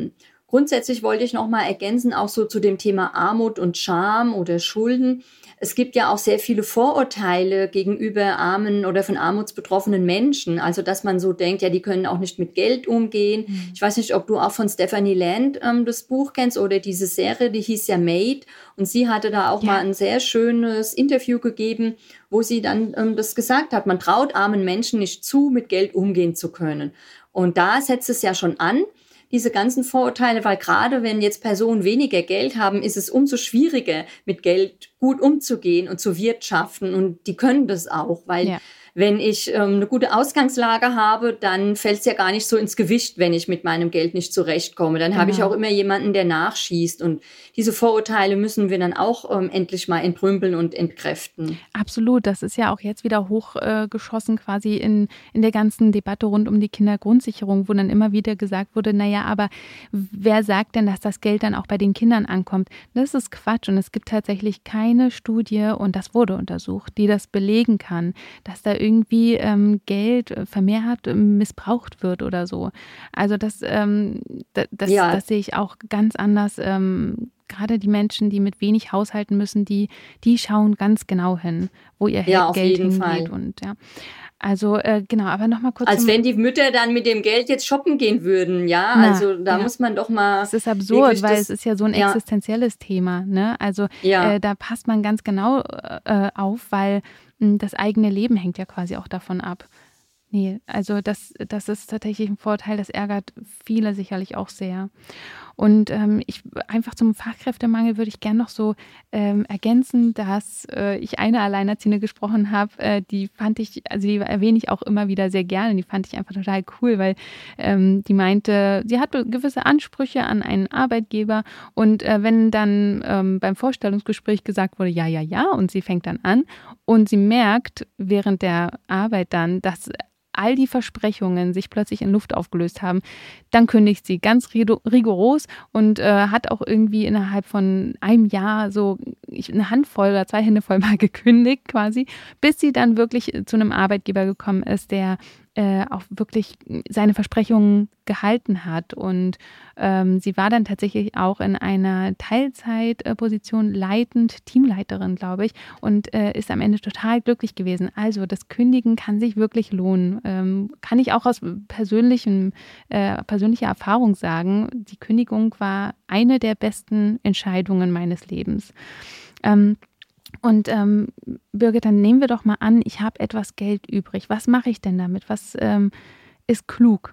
C: Grundsätzlich wollte ich noch mal ergänzen, auch so zu dem Thema Armut und Scham oder Schulden. Es gibt ja auch sehr viele Vorurteile gegenüber armen oder von Armuts betroffenen Menschen. Also, dass man so denkt, ja, die können auch nicht mit Geld umgehen. Mhm. Ich weiß nicht, ob du auch von Stephanie Land ähm, das Buch kennst oder diese Serie, die hieß ja Made. Und sie hatte da auch ja. mal ein sehr schönes Interview gegeben, wo sie dann ähm, das gesagt hat. Man traut armen Menschen nicht zu, mit Geld umgehen zu können. Und da setzt es ja schon an, diese ganzen Vorurteile, weil gerade wenn jetzt Personen weniger Geld haben, ist es umso schwieriger, mit Geld gut umzugehen und zu wirtschaften. Und die können das auch, weil ja. wenn ich ähm, eine gute Ausgangslage habe, dann fällt es ja gar nicht so ins Gewicht, wenn ich mit meinem Geld nicht zurechtkomme. Dann genau. habe ich auch immer jemanden, der nachschießt. Und diese Vorurteile müssen wir dann auch ähm, endlich mal entrümpeln und entkräften.
B: Absolut. Das ist ja auch jetzt wieder hochgeschossen äh, quasi in, in der ganzen Debatte rund um die Kindergrundsicherung, wo dann immer wieder gesagt wurde, naja, aber wer sagt denn, dass das Geld dann auch bei den Kindern ankommt? Das ist Quatsch. Und es gibt tatsächlich keine Studie, und das wurde untersucht, die das belegen kann, dass da irgendwie ähm, Geld vermehrt missbraucht wird oder so. Also das, ähm, das, das, ja. das sehe ich auch ganz anders. Ähm, gerade die Menschen, die mit wenig haushalten müssen, die, die schauen ganz genau hin, wo ihr
C: ja,
B: Geld
C: hingeht.
B: Fall. Und ja. Also äh, genau, aber nochmal kurz.
C: Als wenn die Mütter dann mit dem Geld jetzt shoppen gehen würden, ja. Na, also da ja. muss man doch mal.
B: Es ist absurd, weil das, es ist ja so ein ja. existenzielles Thema, ne? Also ja. äh, da passt man ganz genau äh, auf, weil mh, das eigene Leben hängt ja quasi auch davon ab. Nee, also das, das ist tatsächlich ein Vorteil, das ärgert viele sicherlich auch sehr. Und ähm, ich einfach zum Fachkräftemangel würde ich gerne noch so ähm, ergänzen, dass äh, ich eine Alleinerziehende gesprochen habe, äh, die fand ich, also die erwähne ich auch immer wieder sehr gerne, die fand ich einfach total cool, weil ähm, die meinte, sie hat gewisse Ansprüche an einen Arbeitgeber und äh, wenn dann ähm, beim Vorstellungsgespräch gesagt wurde, ja, ja, ja, und sie fängt dann an und sie merkt während der Arbeit dann, dass all die Versprechungen sich plötzlich in Luft aufgelöst haben, dann kündigt sie ganz rigoros und äh, hat auch irgendwie innerhalb von einem Jahr so eine Handvoll oder zwei Hände voll mal gekündigt quasi, bis sie dann wirklich zu einem Arbeitgeber gekommen ist, der äh, auch wirklich seine Versprechungen gehalten hat. Und ähm, sie war dann tatsächlich auch in einer Teilzeitposition leitend, Teamleiterin, glaube ich, und äh, ist am Ende total glücklich gewesen. Also das Kündigen kann sich wirklich lohnen. Ähm, kann ich auch aus persönlichem, äh, persönlicher Erfahrung sagen. Die Kündigung war eine der besten Entscheidungen meines Lebens. Ähm, Und ähm, Birgit, dann nehmen wir doch mal an, ich habe etwas Geld übrig. Was mache ich denn damit? Was ähm, ist klug?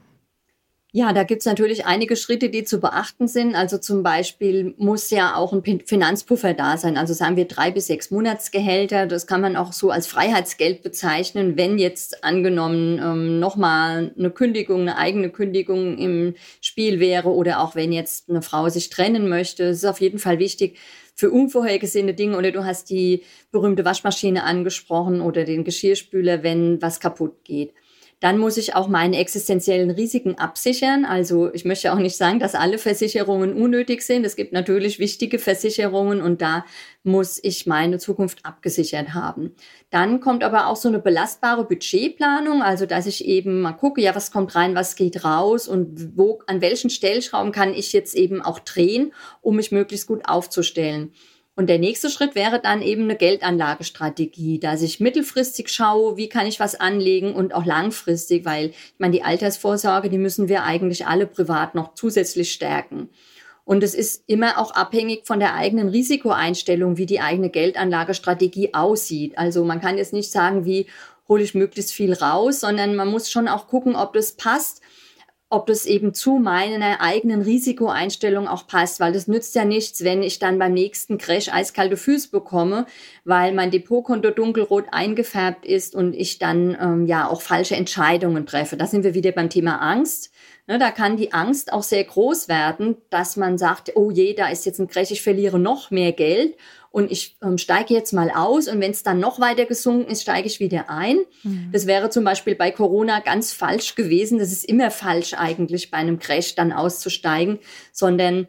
C: Ja, da gibt's natürlich einige Schritte, die zu beachten sind. Also zum Beispiel muss ja auch ein Finanzpuffer da sein. Also sagen wir drei bis sechs Monatsgehälter. Das kann man auch so als Freiheitsgeld bezeichnen, wenn jetzt angenommen ähm, nochmal eine Kündigung, eine eigene Kündigung im Spiel wäre oder auch wenn jetzt eine Frau sich trennen möchte. Es ist auf jeden Fall wichtig, für unvorhergesehene Dinge, oder du hast die berühmte Waschmaschine angesprochen oder den Geschirrspüler, wenn was kaputt geht. Dann muss ich auch meine existenziellen Risiken absichern. Also ich möchte auch nicht sagen, dass alle Versicherungen unnötig sind. Es gibt natürlich wichtige Versicherungen und da muss ich meine Zukunft abgesichert haben. Dann kommt aber auch so eine belastbare Budgetplanung, also dass ich eben mal gucke, ja, was kommt rein, was geht raus und wo, an welchen Stellschrauben kann ich jetzt eben auch drehen, um mich möglichst gut aufzustellen. Und der nächste Schritt wäre dann eben eine Geldanlagestrategie, dass ich mittelfristig schaue, wie kann ich was anlegen und auch langfristig, weil ich meine, die Altersvorsorge, die müssen wir eigentlich alle privat noch zusätzlich stärken. Und es ist immer auch abhängig von der eigenen Risikoeinstellung, wie die eigene Geldanlagestrategie aussieht. Also man kann jetzt nicht sagen, wie hole ich möglichst viel raus, sondern man muss schon auch gucken, ob das passt, ob das eben zu meiner eigenen Risikoeinstellung auch passt, weil das nützt ja nichts, wenn ich dann beim nächsten Crash eiskalte Füße bekomme, weil mein Depotkonto dunkelrot eingefärbt ist und ich dann ähm, ja auch falsche Entscheidungen treffe. Da sind wir wieder beim Thema Angst. Ne, da kann die Angst auch sehr groß werden, dass man sagt, oh je, da ist jetzt ein Crash, ich verliere noch mehr Geld und ich ähm, steige jetzt mal aus und wenn es dann noch weiter gesunken ist, steige ich wieder ein. Mhm. Das wäre zum Beispiel bei Corona ganz falsch gewesen. Das ist immer falsch eigentlich, bei einem Crash dann auszusteigen, sondern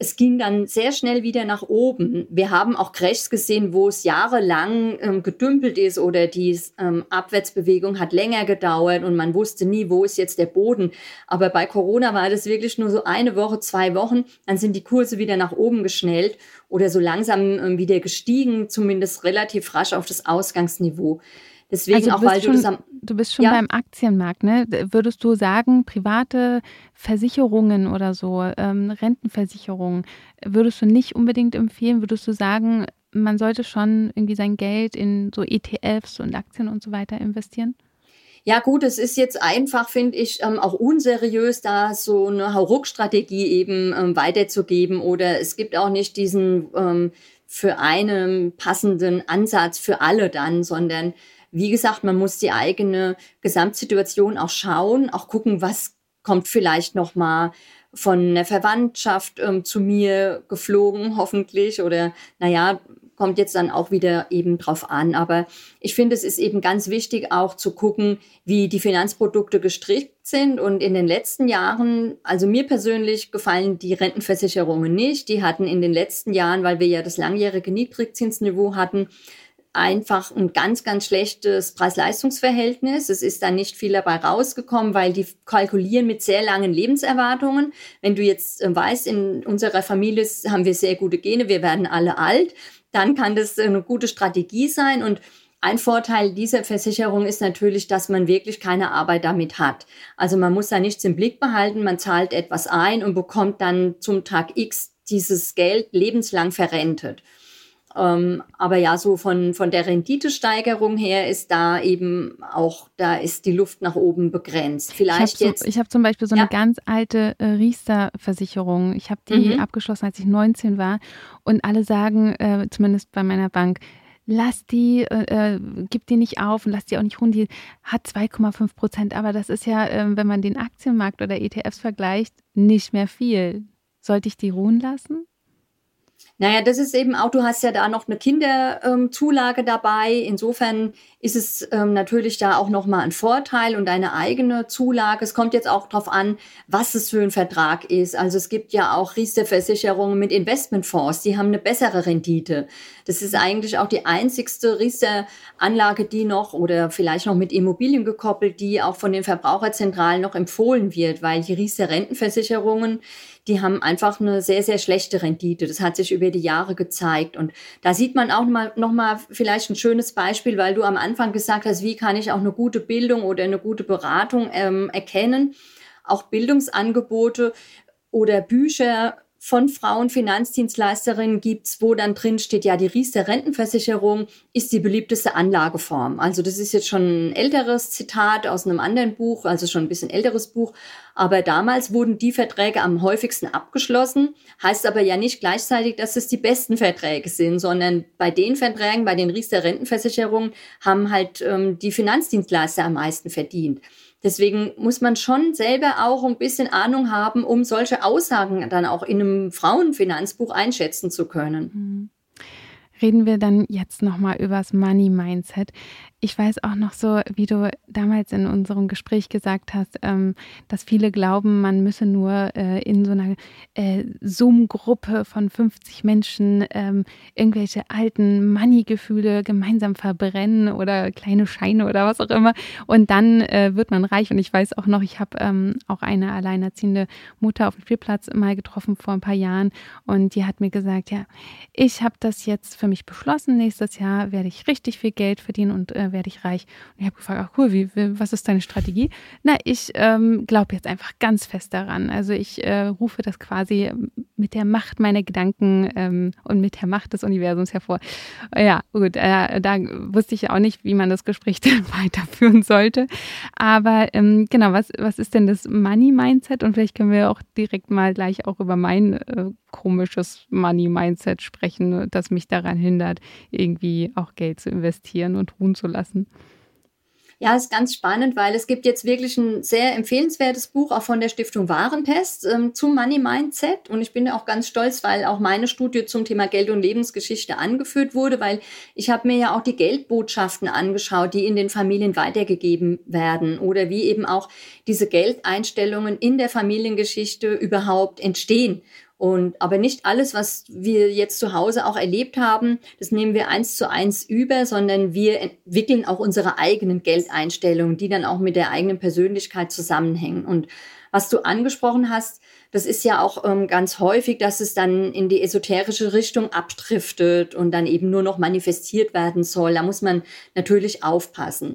C: es ging dann sehr schnell wieder nach oben. Wir haben auch Crashs gesehen, wo es jahrelang ähm, gedümpelt ist oder die ähm, Abwärtsbewegung hat länger gedauert und man wusste nie, wo ist jetzt der Boden. Aber bei Corona war das wirklich nur so eine Woche, zwei Wochen. Dann sind die Kurse wieder nach oben geschnellt oder so langsam ähm, wieder gestiegen, zumindest relativ rasch auf das Ausgangsniveau. Deswegen
B: also
C: auch, weil
B: schon,
C: du das am...
B: Du bist schon
C: ja?
B: beim Aktienmarkt, ne? Würdest du sagen, private Versicherungen oder so, ähm, Rentenversicherungen, würdest du nicht unbedingt empfehlen? Würdest du sagen, man sollte schon irgendwie sein Geld in so E T Fs und Aktien und so weiter investieren?
C: Ja gut, es ist jetzt einfach, finde ich, ähm, auch unseriös, da so eine Hauruck-Strategie eben ähm, weiterzugeben. Oder es gibt auch nicht diesen ähm, für einen passenden Ansatz für alle dann, sondern wie gesagt, man muss die eigene Gesamtsituation auch schauen, auch gucken, was kommt vielleicht noch mal von der Verwandtschaft ähm, zu mir geflogen, hoffentlich. Oder naja, kommt jetzt dann auch wieder eben drauf an. Aber ich finde, es ist eben ganz wichtig auch zu gucken, wie die Finanzprodukte gestrickt sind. Und in den letzten Jahren, also mir persönlich gefallen die Rentenversicherungen nicht. Die hatten in den letzten Jahren, weil wir ja das langjährige Niedrigzinsniveau hatten, einfach ein ganz, ganz schlechtes Preis-Leistungs-Verhältnis. Es ist da nicht viel dabei rausgekommen, weil die kalkulieren mit sehr langen Lebenserwartungen. Wenn du jetzt äh, weißt, in unserer Familie haben wir sehr gute Gene, wir werden alle alt, dann kann das eine gute Strategie sein. Und ein Vorteil dieser Versicherung ist natürlich, dass man wirklich keine Arbeit damit hat. Also man muss da nichts im Blick behalten, man zahlt etwas ein und bekommt dann zum Tag X dieses Geld lebenslang verrentet. Ähm, aber ja, so von, von der Renditesteigerung her ist da eben auch, da ist die Luft nach oben begrenzt. Vielleicht
B: ich
C: jetzt.
B: Zum, ich habe zum Beispiel so
C: ja.
B: eine ganz alte äh, Riester-Versicherung. Ich habe die
C: Mhm.
B: abgeschlossen, als ich neunzehn war. Und alle sagen, äh, zumindest bei meiner Bank, lass die, äh, gib die nicht auf und lass die auch nicht ruhen. Die hat zwei Komma fünf Prozent. Aber das ist ja, äh, wenn man den Aktienmarkt oder E T Fs vergleicht, nicht mehr viel. Sollte ich die ruhen lassen?
C: Naja, das ist eben auch, du hast ja da noch eine Kinderzulage ähm, dabei. Insofern ist es ähm, natürlich da auch nochmal ein Vorteil und eine eigene Zulage. Es kommt jetzt auch drauf an, was es für ein Vertrag ist. Also es gibt ja auch Riester-Versicherungen mit Investmentfonds, die haben eine bessere Rendite. Das ist eigentlich auch die einzigste Riester-Anlage, die noch oder vielleicht noch mit Immobilien gekoppelt, die auch von den Verbraucherzentralen noch empfohlen wird, weil die Riester-Rentenversicherungen, die haben einfach eine sehr, sehr schlechte Rendite. Das hat sich über die Jahre gezeigt. Und da sieht man auch mal, noch mal vielleicht ein schönes Beispiel, weil du am Anfang gesagt hast, wie kann ich auch eine gute Bildung oder eine gute Beratung ähm, erkennen. Auch Bildungsangebote oder Bücher von Frauenfinanzdienstleisterinnen gibt's, wo dann drin steht, ja, die Riester Rentenversicherung ist die beliebteste Anlageform. Also das ist jetzt schon ein älteres Zitat aus einem anderen Buch, also schon ein bisschen älteres Buch. Aber damals wurden die Verträge am häufigsten abgeschlossen. Heißt aber ja nicht gleichzeitig, dass es die besten Verträge sind, sondern bei den Verträgen, bei den Riester Rentenversicherungen haben halt ähm, die Finanzdienstleister am meisten verdient. Deswegen muss man schon selber auch ein bisschen Ahnung haben, um solche Aussagen dann auch in einem Frauenfinanzbuch einschätzen zu können.
B: Reden wir dann jetzt nochmal über das Money-Mindset. Ich weiß auch noch so, wie du damals in unserem Gespräch gesagt hast, ähm, dass viele glauben, man müsse nur äh, in so einer äh, Zoom-Gruppe von fünfzig Menschen ähm, irgendwelche alten Money-Gefühle gemeinsam verbrennen oder kleine Scheine oder was auch immer und dann äh, wird man reich. Und ich weiß auch noch, ich habe ähm, auch eine alleinerziehende Mutter auf dem Spielplatz mal getroffen vor ein paar Jahren und die hat mir gesagt, ja, ich habe das jetzt für mich beschlossen, nächstes Jahr werde ich richtig viel Geld verdienen und äh, werde ich reich. Und ich habe gefragt, ach cool, wie, wie, was ist deine Strategie? Na, ich ähm, glaube jetzt einfach ganz fest daran. Also ich äh, rufe das quasi mit der Macht meiner Gedanken ähm, und mit der Macht des Universums hervor. Ja, gut, äh, da wusste ich auch nicht, wie man das Gespräch dann weiterführen sollte. Aber ähm, genau, was, was ist denn das Money-Mindset? Und vielleicht können wir auch direkt mal gleich auch über mein äh, komisches Money-Mindset sprechen, das mich daran hindert, irgendwie auch Geld zu investieren und ruhen zu lassen.
C: Ja, ist ganz spannend, weil es gibt jetzt wirklich ein sehr empfehlenswertes Buch, auch von der Stiftung Warentest, ähm, zum Money Mindset. Und ich bin auch ganz stolz, weil auch meine Studie zum Thema Geld- und Lebensgeschichte angeführt wurde, weil ich habe mir ja auch die Geldbotschaften angeschaut, die in den Familien weitergegeben werden oder wie eben auch diese Geldeinstellungen in der Familiengeschichte überhaupt entstehen. Und, aber nicht alles, was wir jetzt zu Hause auch erlebt haben, das nehmen wir eins zu eins über, sondern wir entwickeln auch unsere eigenen Geldeinstellungen, die dann auch mit der eigenen Persönlichkeit zusammenhängen. Und was du angesprochen hast, das ist ja auch ähm, ganz häufig, dass es dann in die esoterische Richtung abdriftet und dann eben nur noch manifestiert werden soll. Da muss man natürlich aufpassen.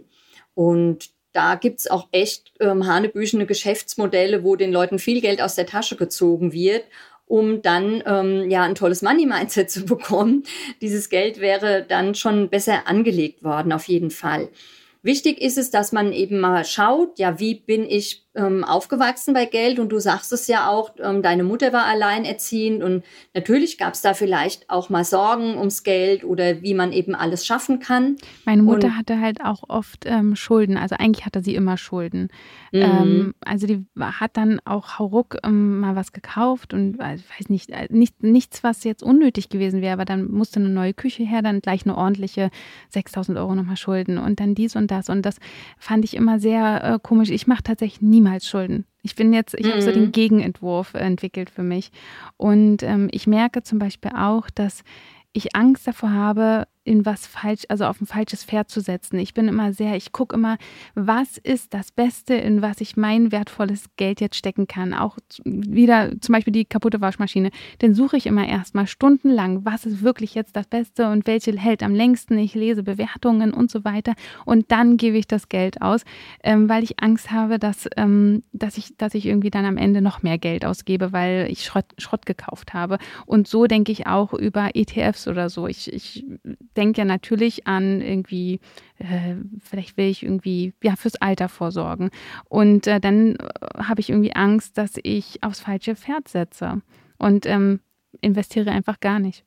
C: Und da gibt's auch echt ähm, hanebüchene Geschäftsmodelle, wo den Leuten viel Geld aus der Tasche gezogen wird, um dann ähm, ja ein tolles Money-Mindset zu bekommen. Dieses Geld wäre dann schon besser angelegt worden, auf jeden Fall. Wichtig ist es, dass man eben mal schaut, ja, wie bin ich ähm, aufgewachsen bei Geld? Und du sagst es ja auch, ähm, deine Mutter war alleinerziehend und natürlich gab es da vielleicht auch mal Sorgen ums Geld oder wie man eben alles schaffen kann.
B: Meine Mutter
C: und,
B: hatte halt auch oft ähm, Schulden, also eigentlich hatte sie immer Schulden.
C: Mhm.
B: Ähm, also die hat dann auch hauruck ähm, mal was gekauft und äh, weiß nicht, äh, nicht, nichts, was jetzt unnötig gewesen wäre, aber dann musste eine neue Küche her, dann gleich eine ordentliche sechstausend Euro nochmal Schulden und dann dies und das und das fand ich immer sehr äh, komisch. Ich mache tatsächlich niemals Schulden. Ich bin jetzt, ich mhm. habe so den Gegenentwurf entwickelt für mich und ähm, ich merke zum Beispiel auch, dass ich Angst davor habe, in was falsch, also auf ein falsches Pferd zu setzen. Ich bin immer sehr, ich gucke immer, was ist das Beste, in was ich mein wertvolles Geld jetzt stecken kann. Auch wieder zum Beispiel die kaputte Waschmaschine. Dann suche ich immer erstmal stundenlang, was ist wirklich jetzt das Beste und welche hält am längsten. Ich lese Bewertungen und so weiter und dann gebe ich das Geld aus, ähm, weil ich Angst habe, dass, ähm, dass, ich, dass ich irgendwie dann am Ende noch mehr Geld ausgebe, weil ich Schrott, Schrott gekauft habe. Und so denke ich auch über E T Fs oder so. Ich, ich denke ja natürlich an irgendwie, äh, vielleicht will ich irgendwie ja fürs Alter vorsorgen. Und äh, dann äh, habe ich irgendwie Angst, dass ich aufs falsche Pferd setze und ähm, investiere einfach gar nicht.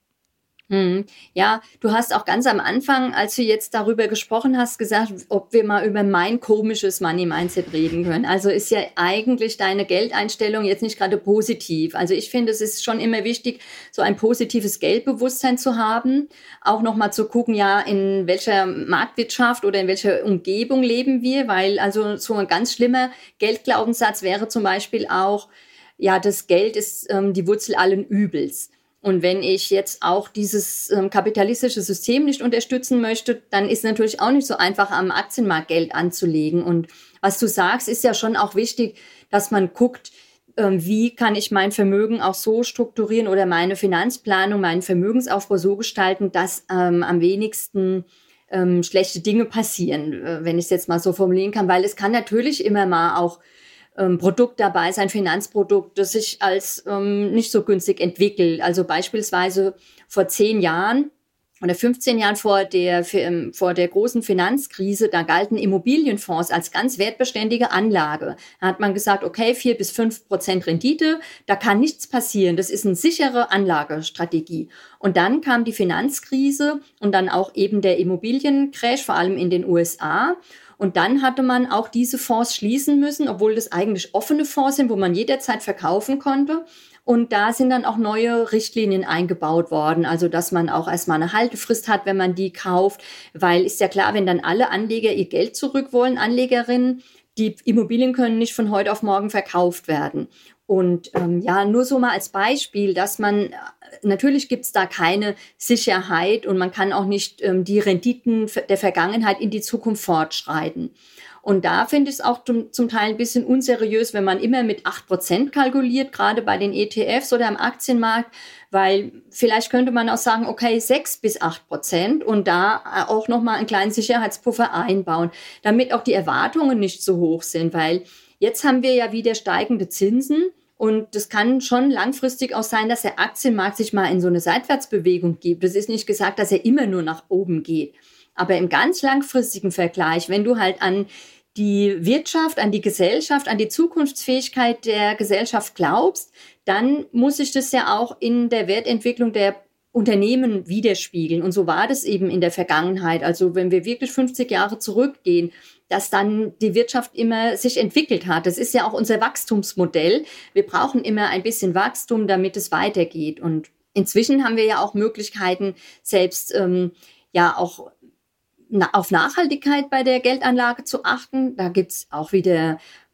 C: Hm. Ja, du hast auch ganz am Anfang, als du jetzt darüber gesprochen hast, gesagt, ob wir mal über mein komisches Money-Mindset reden können. Also ist ja eigentlich deine Geldeinstellung jetzt nicht gerade positiv. Also ich finde, es ist schon immer wichtig, so ein positives Geldbewusstsein zu haben. Auch nochmal zu gucken, ja, in welcher Marktwirtschaft oder in welcher Umgebung leben wir. Weil also so ein ganz schlimmer Geldglaubenssatz wäre zum Beispiel auch, ja, das Geld ist ähm, die Wurzel allen Übels. Und wenn ich jetzt auch dieses ähm, kapitalistische System nicht unterstützen möchte, dann ist natürlich auch nicht so einfach, am Aktienmarkt Geld anzulegen. Und was du sagst, ist ja schon auch wichtig, dass man guckt, ähm, wie kann ich mein Vermögen auch so strukturieren oder meine Finanzplanung, meinen Vermögensaufbau so gestalten, dass ähm, am wenigsten ähm, schlechte Dinge passieren, äh, wenn ich es jetzt mal so formulieren kann. Weil es kann natürlich immer mal auch Ähm, Produkt dabei sein, Finanzprodukt, das sich als ähm, nicht so günstig entwickelt. Also beispielsweise vor zehn Jahren oder fünfzehn Jahren vor der, für, ähm, vor der großen Finanzkrise, da galten Immobilienfonds als ganz wertbeständige Anlage. Da hat man gesagt, okay, vier bis fünf Prozent Rendite, da kann nichts passieren. Das ist eine sichere Anlagestrategie. Und dann kam die Finanzkrise und dann auch eben der Immobiliencrash, vor allem in den U S A. Und dann hatte man auch diese Fonds schließen müssen, obwohl das eigentlich offene Fonds sind, wo man jederzeit verkaufen konnte. Und da sind dann auch neue Richtlinien eingebaut worden, also dass man auch erstmal eine Haltefrist hat, wenn man die kauft, weil ist ja klar, wenn dann alle Anleger ihr Geld zurück wollen, Anlegerinnen, die Immobilien können nicht von heute auf morgen verkauft werden. Und ähm, ja, nur so mal als Beispiel, dass man, natürlich gibt es da keine Sicherheit und man kann auch nicht ähm, die Renditen der Vergangenheit in die Zukunft fortschreiten. Und da finde ich es auch zum, zum Teil ein bisschen unseriös, wenn man immer mit acht Prozent kalkuliert, gerade bei den E T Fs oder am Aktienmarkt, weil vielleicht könnte man auch sagen, okay, sechs bis acht Prozent und da auch nochmal einen kleinen Sicherheitspuffer einbauen, damit auch die Erwartungen nicht so hoch sind, weil jetzt haben wir ja wieder steigende Zinsen. Und das kann schon langfristig auch sein, dass der Aktienmarkt sich mal in so eine Seitwärtsbewegung gibt. Es ist nicht gesagt, dass er immer nur nach oben geht. Aber im ganz langfristigen Vergleich, wenn du halt an die Wirtschaft, an die Gesellschaft, an die Zukunftsfähigkeit der Gesellschaft glaubst, dann muss sich das ja auch in der Wertentwicklung der Unternehmen widerspiegeln. Und so war das eben in der Vergangenheit. Also wenn wir wirklich fünfzig Jahre zurückgehen, dass dann die Wirtschaft immer sich entwickelt hat. Das ist ja auch unser Wachstumsmodell. Wir brauchen immer ein bisschen Wachstum, damit es weitergeht. Und inzwischen haben wir ja auch Möglichkeiten, selbst ähm, ja auch na, auf Nachhaltigkeit bei der Geldanlage zu achten. Da gibt's auch wieder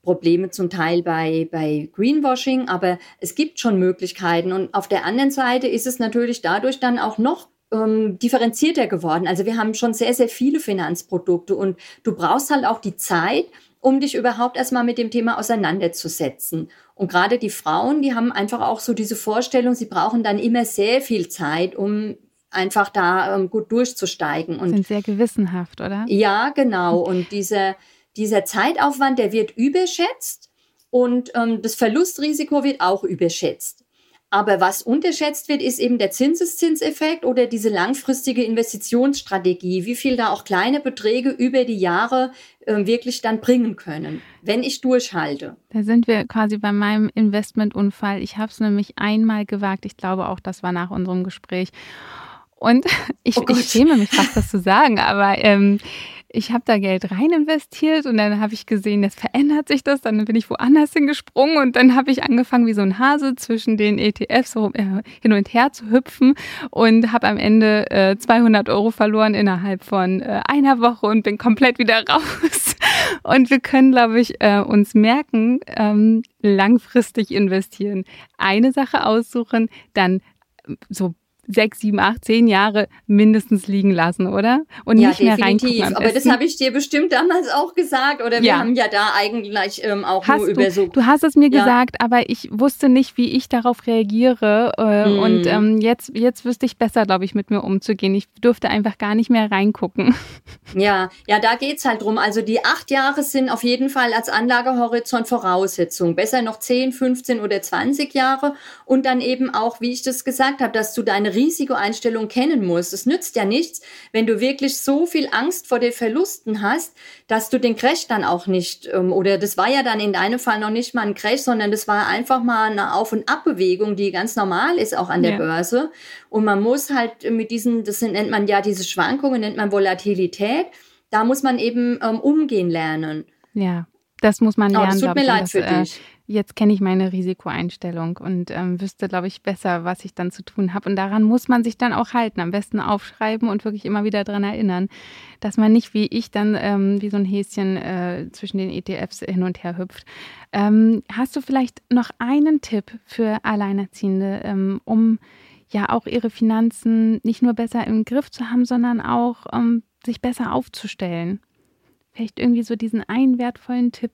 C: Probleme zum Teil bei, bei Greenwashing, aber es gibt schon Möglichkeiten. Und auf der anderen Seite ist es natürlich dadurch dann auch noch ähm, differenzierter geworden. Also wir haben schon sehr, sehr viele Finanzprodukte und du brauchst halt auch die Zeit, um dich überhaupt erstmal mit dem Thema auseinanderzusetzen. Und gerade die Frauen, die haben einfach auch so diese Vorstellung, sie brauchen dann immer sehr viel Zeit, um einfach da ähm, gut durchzusteigen. Und
B: sind sehr gewissenhaft, oder?
C: Ja, genau. Und dieser, dieser Zeitaufwand, der wird überschätzt und ähm, das Verlustrisiko wird auch überschätzt. Aber was unterschätzt wird, ist eben der Zinseszinseffekt oder diese langfristige Investitionsstrategie, wie viel da auch kleine Beträge über die Jahre äh, wirklich dann bringen können, wenn ich durchhalte.
B: Da sind wir quasi bei meinem Investmentunfall. Ich habe es nämlich einmal gewagt. Ich glaube auch, das war nach unserem Gespräch. Und ich,
C: Oh
B: ich schäme mich fast, das zu sagen, aber ähm, ich habe da Geld rein investiert und dann habe ich gesehen, jetzt verändert sich das, dann bin ich woanders hingesprungen und dann habe ich angefangen, wie so ein Hase zwischen den E T Fs so, äh, hin und her zu hüpfen und habe am Ende äh, zweihundert Euro verloren innerhalb von äh, einer Woche und bin komplett wieder raus. Und wir können, glaube ich, äh, uns merken, ähm, langfristig investieren. Eine Sache aussuchen, dann so sechs, sieben, acht, zehn Jahre mindestens liegen lassen, oder? Und
C: ja,
B: nicht mehr reingucken.
C: Definitiv. Aber das habe ich dir bestimmt damals auch gesagt. Oder wir
B: ja.
C: haben ja da eigentlich ähm, auch
B: hast
C: nur
B: du,
C: über so...
B: Du hast es mir
C: ja.
B: gesagt, aber ich wusste nicht, wie ich darauf reagiere. Äh, mm. Und ähm, jetzt, jetzt wüsste ich besser, glaube ich, mit mir umzugehen. Ich durfte einfach gar nicht mehr reingucken.
C: Ja, ja, da geht's halt drum. Also die acht Jahre sind auf jeden Fall als Anlagehorizont Voraussetzung. Besser noch zehn, fünfzehn oder zwanzig Jahre. Und dann eben auch, wie ich das gesagt habe, dass du deine Risikoeinstellung kennen musst. Es nützt ja nichts, wenn du wirklich so viel Angst vor den Verlusten hast, dass du den Crash dann auch nicht, ähm, oder das war ja dann in deinem Fall noch nicht mal ein Crash, sondern das war einfach mal eine Auf- und Abbewegung, die ganz normal ist auch an der ja. Börse. Und man muss halt mit diesen, das nennt man ja diese Schwankungen, nennt man Volatilität, da muss man eben ähm, umgehen lernen.
B: Ja, das muss man lernen.
C: Oh, das tut mir
B: ich,
C: leid
B: das,
C: für
B: äh,
C: dich.
B: Jetzt kenne ich meine Risikoeinstellung und ähm, wüsste, glaube ich, besser, was ich dann zu tun habe. Und daran muss man sich dann auch halten. Am besten aufschreiben und wirklich immer wieder dran erinnern, dass man nicht wie ich dann ähm, wie so ein Häschen äh, zwischen den E T Fs hin und her hüpft. Ähm, hast du vielleicht noch einen Tipp für Alleinerziehende, ähm, um ja auch ihre Finanzen nicht nur besser im Griff zu haben, sondern auch um sich besser aufzustellen? Vielleicht irgendwie so diesen einen wertvollen Tipp.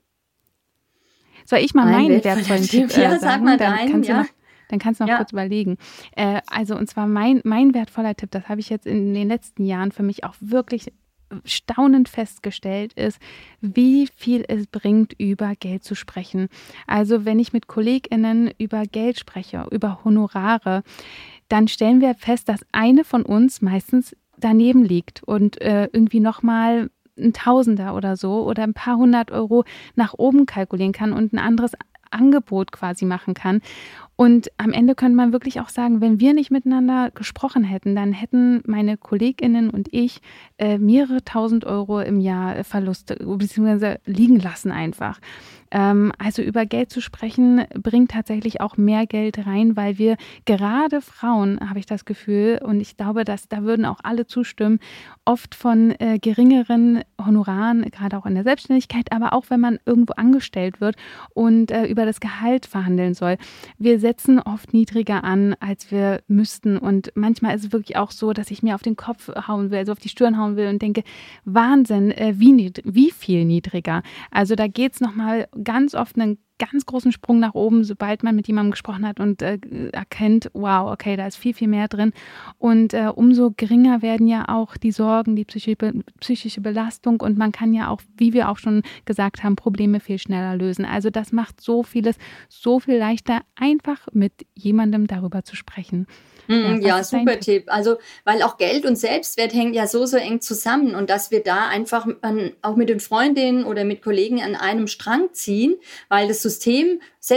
B: Soll ich mal
C: Ein
B: meinen wertvollen Tipp äh,
C: ja,
B: sagen?
C: sag mal
B: dann,
C: deinen,
B: kannst
C: ja.
B: du noch, dann kannst du noch
C: ja.
B: kurz überlegen. Äh, also und zwar mein, mein wertvoller Tipp, das habe ich jetzt in den letzten Jahren für mich auch wirklich staunend festgestellt, ist, wie viel es bringt, über Geld zu sprechen. Also wenn ich mit KollegInnen über Geld spreche, über Honorare, dann stellen wir fest, dass eine von uns meistens daneben liegt und äh, irgendwie nochmal ein Tausender oder so oder ein paar hundert Euro nach oben kalkulieren kann und ein anderes Angebot quasi machen kann. Und am Ende könnte man wirklich auch sagen, wenn wir nicht miteinander gesprochen hätten, dann hätten meine KollegInnen und ich äh, mehrere tausend Euro im Jahr Verluste bzw. liegen lassen einfach. Ähm, also über Geld zu sprechen, bringt tatsächlich auch mehr Geld rein, weil wir gerade Frauen, habe ich das Gefühl, und ich glaube, dass da würden auch alle zustimmen, oft von äh, geringeren Honoraren, gerade auch in der Selbstständigkeit, aber auch wenn man irgendwo angestellt wird und äh, über das Gehalt verhandeln soll. Wir setzen oft niedriger an, als wir müssten. Und manchmal ist es wirklich auch so, dass ich mir auf den Kopf hauen will, also auf die Stirn hauen will und denke, Wahnsinn, äh, wie, nied- wie viel niedriger. Also da geht es nochmal ganz oft einen ganz großen Sprung nach oben, sobald man mit jemandem gesprochen hat und äh, erkennt, wow, okay, da ist viel, viel mehr drin. Und äh, umso geringer werden ja auch die Sorgen, die psychische, psychische Belastung und man kann ja auch, wie wir auch schon gesagt haben, Probleme viel schneller lösen. Also das macht so vieles so viel leichter, einfach mit jemandem darüber zu sprechen.
C: Ja, ja super Tipp. Also, weil auch Geld und Selbstwert hängen ja so, so eng zusammen und dass wir da einfach an, auch mit den Freundinnen oder mit Kollegen an einem Strang ziehen, weil das System setzt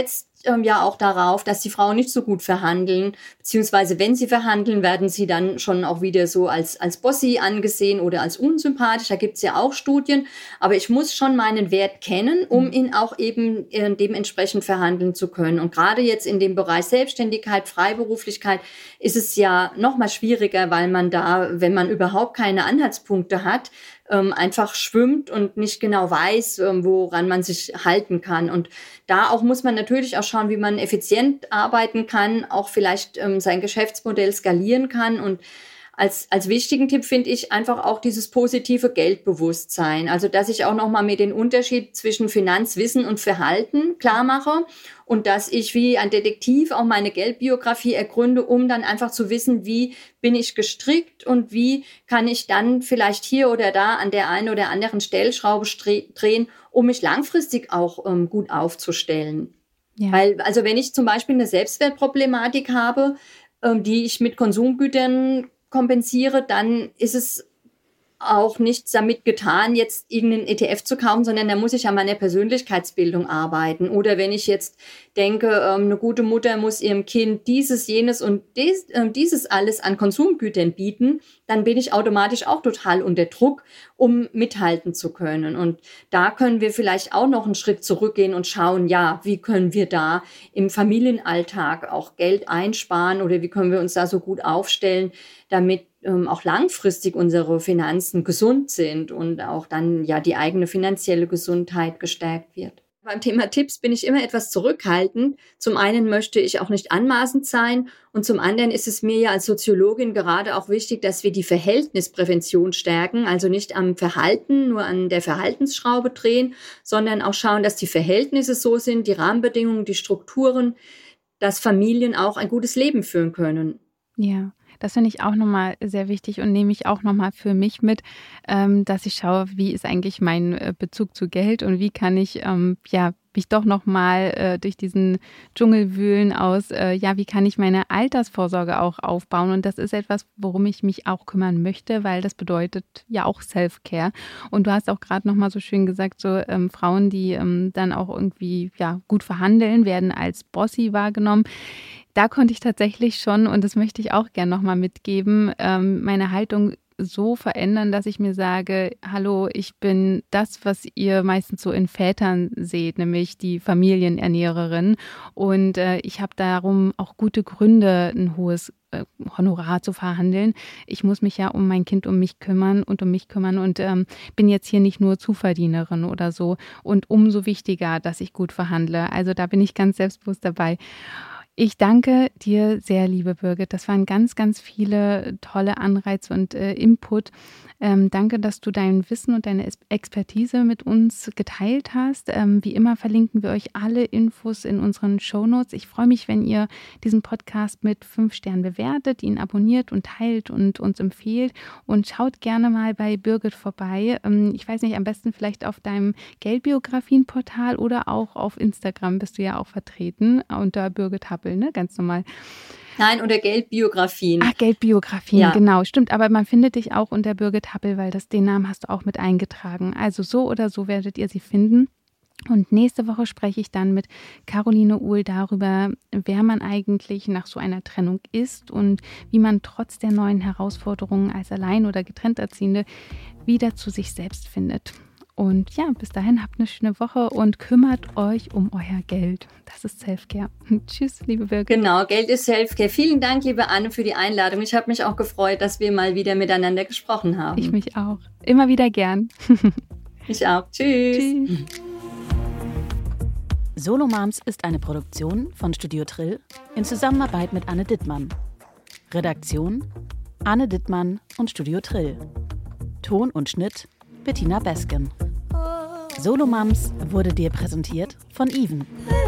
C: ähm, ja auch darauf, dass die Frauen nicht so gut verhandeln, beziehungsweise wenn sie verhandeln, werden sie dann schon auch wieder so als, als Bossy angesehen oder als unsympathisch. Da gibt's ja auch Studien. Aber ich muss schon meinen Wert kennen, um ihn auch eben äh, dementsprechend verhandeln zu können. Und gerade jetzt in dem Bereich Selbstständigkeit, Freiberuflichkeit ist es ja noch mal schwieriger, weil man da, wenn man überhaupt keine Anhaltspunkte hat, ähm, einfach schwimmt und nicht genau weiß, ähm, woran man sich halten kann. Und da auch muss man natürlich auch schauen, wie man effizient arbeiten kann, auch vielleicht ähm, sein Geschäftsmodell skalieren kann. Und Als, als wichtigen Tipp finde ich einfach auch dieses positive Geldbewusstsein. Also, dass ich auch nochmal mir den Unterschied zwischen Finanzwissen und Verhalten klar mache und dass ich wie ein Detektiv auch meine Geldbiografie ergründe, um dann einfach zu wissen, wie bin ich gestrickt und wie kann ich dann vielleicht hier oder da an der einen oder anderen Stellschraube drehen, um mich langfristig auch ähm, gut aufzustellen. Ja. Weil, also wenn ich zum Beispiel eine Selbstwertproblematik habe, ähm, die ich mit Konsumgütern kompensiere, dann ist es auch nichts damit getan, jetzt irgendeinen E T F zu kaufen, sondern da muss ich an meiner Persönlichkeitsbildung arbeiten. Oder wenn ich jetzt denke, eine gute Mutter muss ihrem Kind dieses, jenes und dies, dieses alles an Konsumgütern bieten, dann bin ich automatisch auch total unter Druck, um mithalten zu können. Und da können wir vielleicht auch noch einen Schritt zurückgehen und schauen, ja, wie können wir da im Familienalltag auch Geld einsparen oder wie können wir uns da so gut aufstellen, damit ähm, auch langfristig unsere Finanzen gesund sind und auch dann ja die eigene finanzielle Gesundheit gestärkt wird. Beim Thema Tipps bin ich immer etwas zurückhaltend. Zum einen möchte ich auch nicht anmaßend sein und zum anderen ist es mir ja als Soziologin gerade auch wichtig, dass wir die Verhältnisprävention stärken, also nicht am Verhalten, nur an der Verhaltensschraube drehen, sondern auch schauen, dass die Verhältnisse so sind, die Rahmenbedingungen, die Strukturen, dass Familien auch ein gutes Leben führen können.
B: Ja. Das finde ich auch nochmal sehr wichtig und nehme ich auch nochmal für mich mit, ähm, dass ich schaue, wie ist eigentlich mein äh, Bezug zu Geld und wie kann ich ähm, ja mich doch nochmal äh, durch diesen Dschungel wühlen aus, äh, ja, wie kann ich meine Altersvorsorge auch aufbauen? Und das ist etwas, worum ich mich auch kümmern möchte, weil das bedeutet ja auch Self-Care. Und du hast auch gerade nochmal so schön gesagt, so ähm, Frauen, die ähm, dann auch irgendwie ja gut verhandeln, werden als Bossy wahrgenommen. Da konnte ich tatsächlich schon, und das möchte ich auch gerne nochmal mitgeben, ähm, meine Haltung so verändern, dass ich mir sage, hallo, ich bin das, was ihr meistens so in Vätern seht, nämlich die Familienernährerin. Und äh, ich habe darum auch gute Gründe, ein hohes äh, Honorar zu verhandeln. Ich muss mich ja um mein Kind, um mich kümmern und um mich kümmern und ähm, bin jetzt hier nicht nur Zuverdienerin oder so. Und umso wichtiger, dass ich gut verhandle. Also da bin ich ganz selbstbewusst dabei. Ich danke dir sehr, liebe Birgit. Das waren ganz, ganz viele tolle Anreize und äh, Input. Ähm, danke, dass du dein Wissen und deine Expertise mit uns geteilt hast. Ähm, wie immer verlinken wir euch alle Infos in unseren Shownotes. Ich freue mich, wenn ihr diesen Podcast mit fünf Sternen bewertet, ihn abonniert und teilt und uns empfehlt. Und schaut gerne mal bei Birgit vorbei. Ähm, ich weiß nicht, am besten vielleicht auf deinem Geldbiografien-Portal oder auch auf Instagram bist du ja auch vertreten unter Birgit Happel, ne? Ganz normal.
C: Nein, unter Geldbiografien.
B: Ach, Geldbiografien, ja. Genau, stimmt. Aber man findet dich auch unter Birgit Happel, weil das, den Namen hast du auch mit eingetragen. Also so oder so werdet ihr sie finden. Und nächste Woche spreche ich dann mit Caroline Uhl darüber, wer man eigentlich nach so einer Trennung ist und wie man trotz der neuen Herausforderungen als allein- oder getrennt Erziehende wieder zu sich selbst findet. Und ja, bis dahin habt eine schöne Woche und kümmert euch um euer Geld. Das ist Selfcare. Tschüss, liebe Birgit.
C: Genau, Geld ist Selfcare. Vielen Dank, liebe Anne, für die Einladung. Ich habe mich auch gefreut, dass wir mal wieder miteinander gesprochen haben.
B: Ich mich auch. Immer wieder gern.
C: Ich auch. Tschüss. Tschüss.
A: Solo Moms ist eine Produktion von Studio Trill in Zusammenarbeit mit Anne Dittmann. Redaktion Anne Dittmann und Studio Trill. Ton und Schnitt Bettina Besken. Solo Moms wurde dir präsentiert von Even.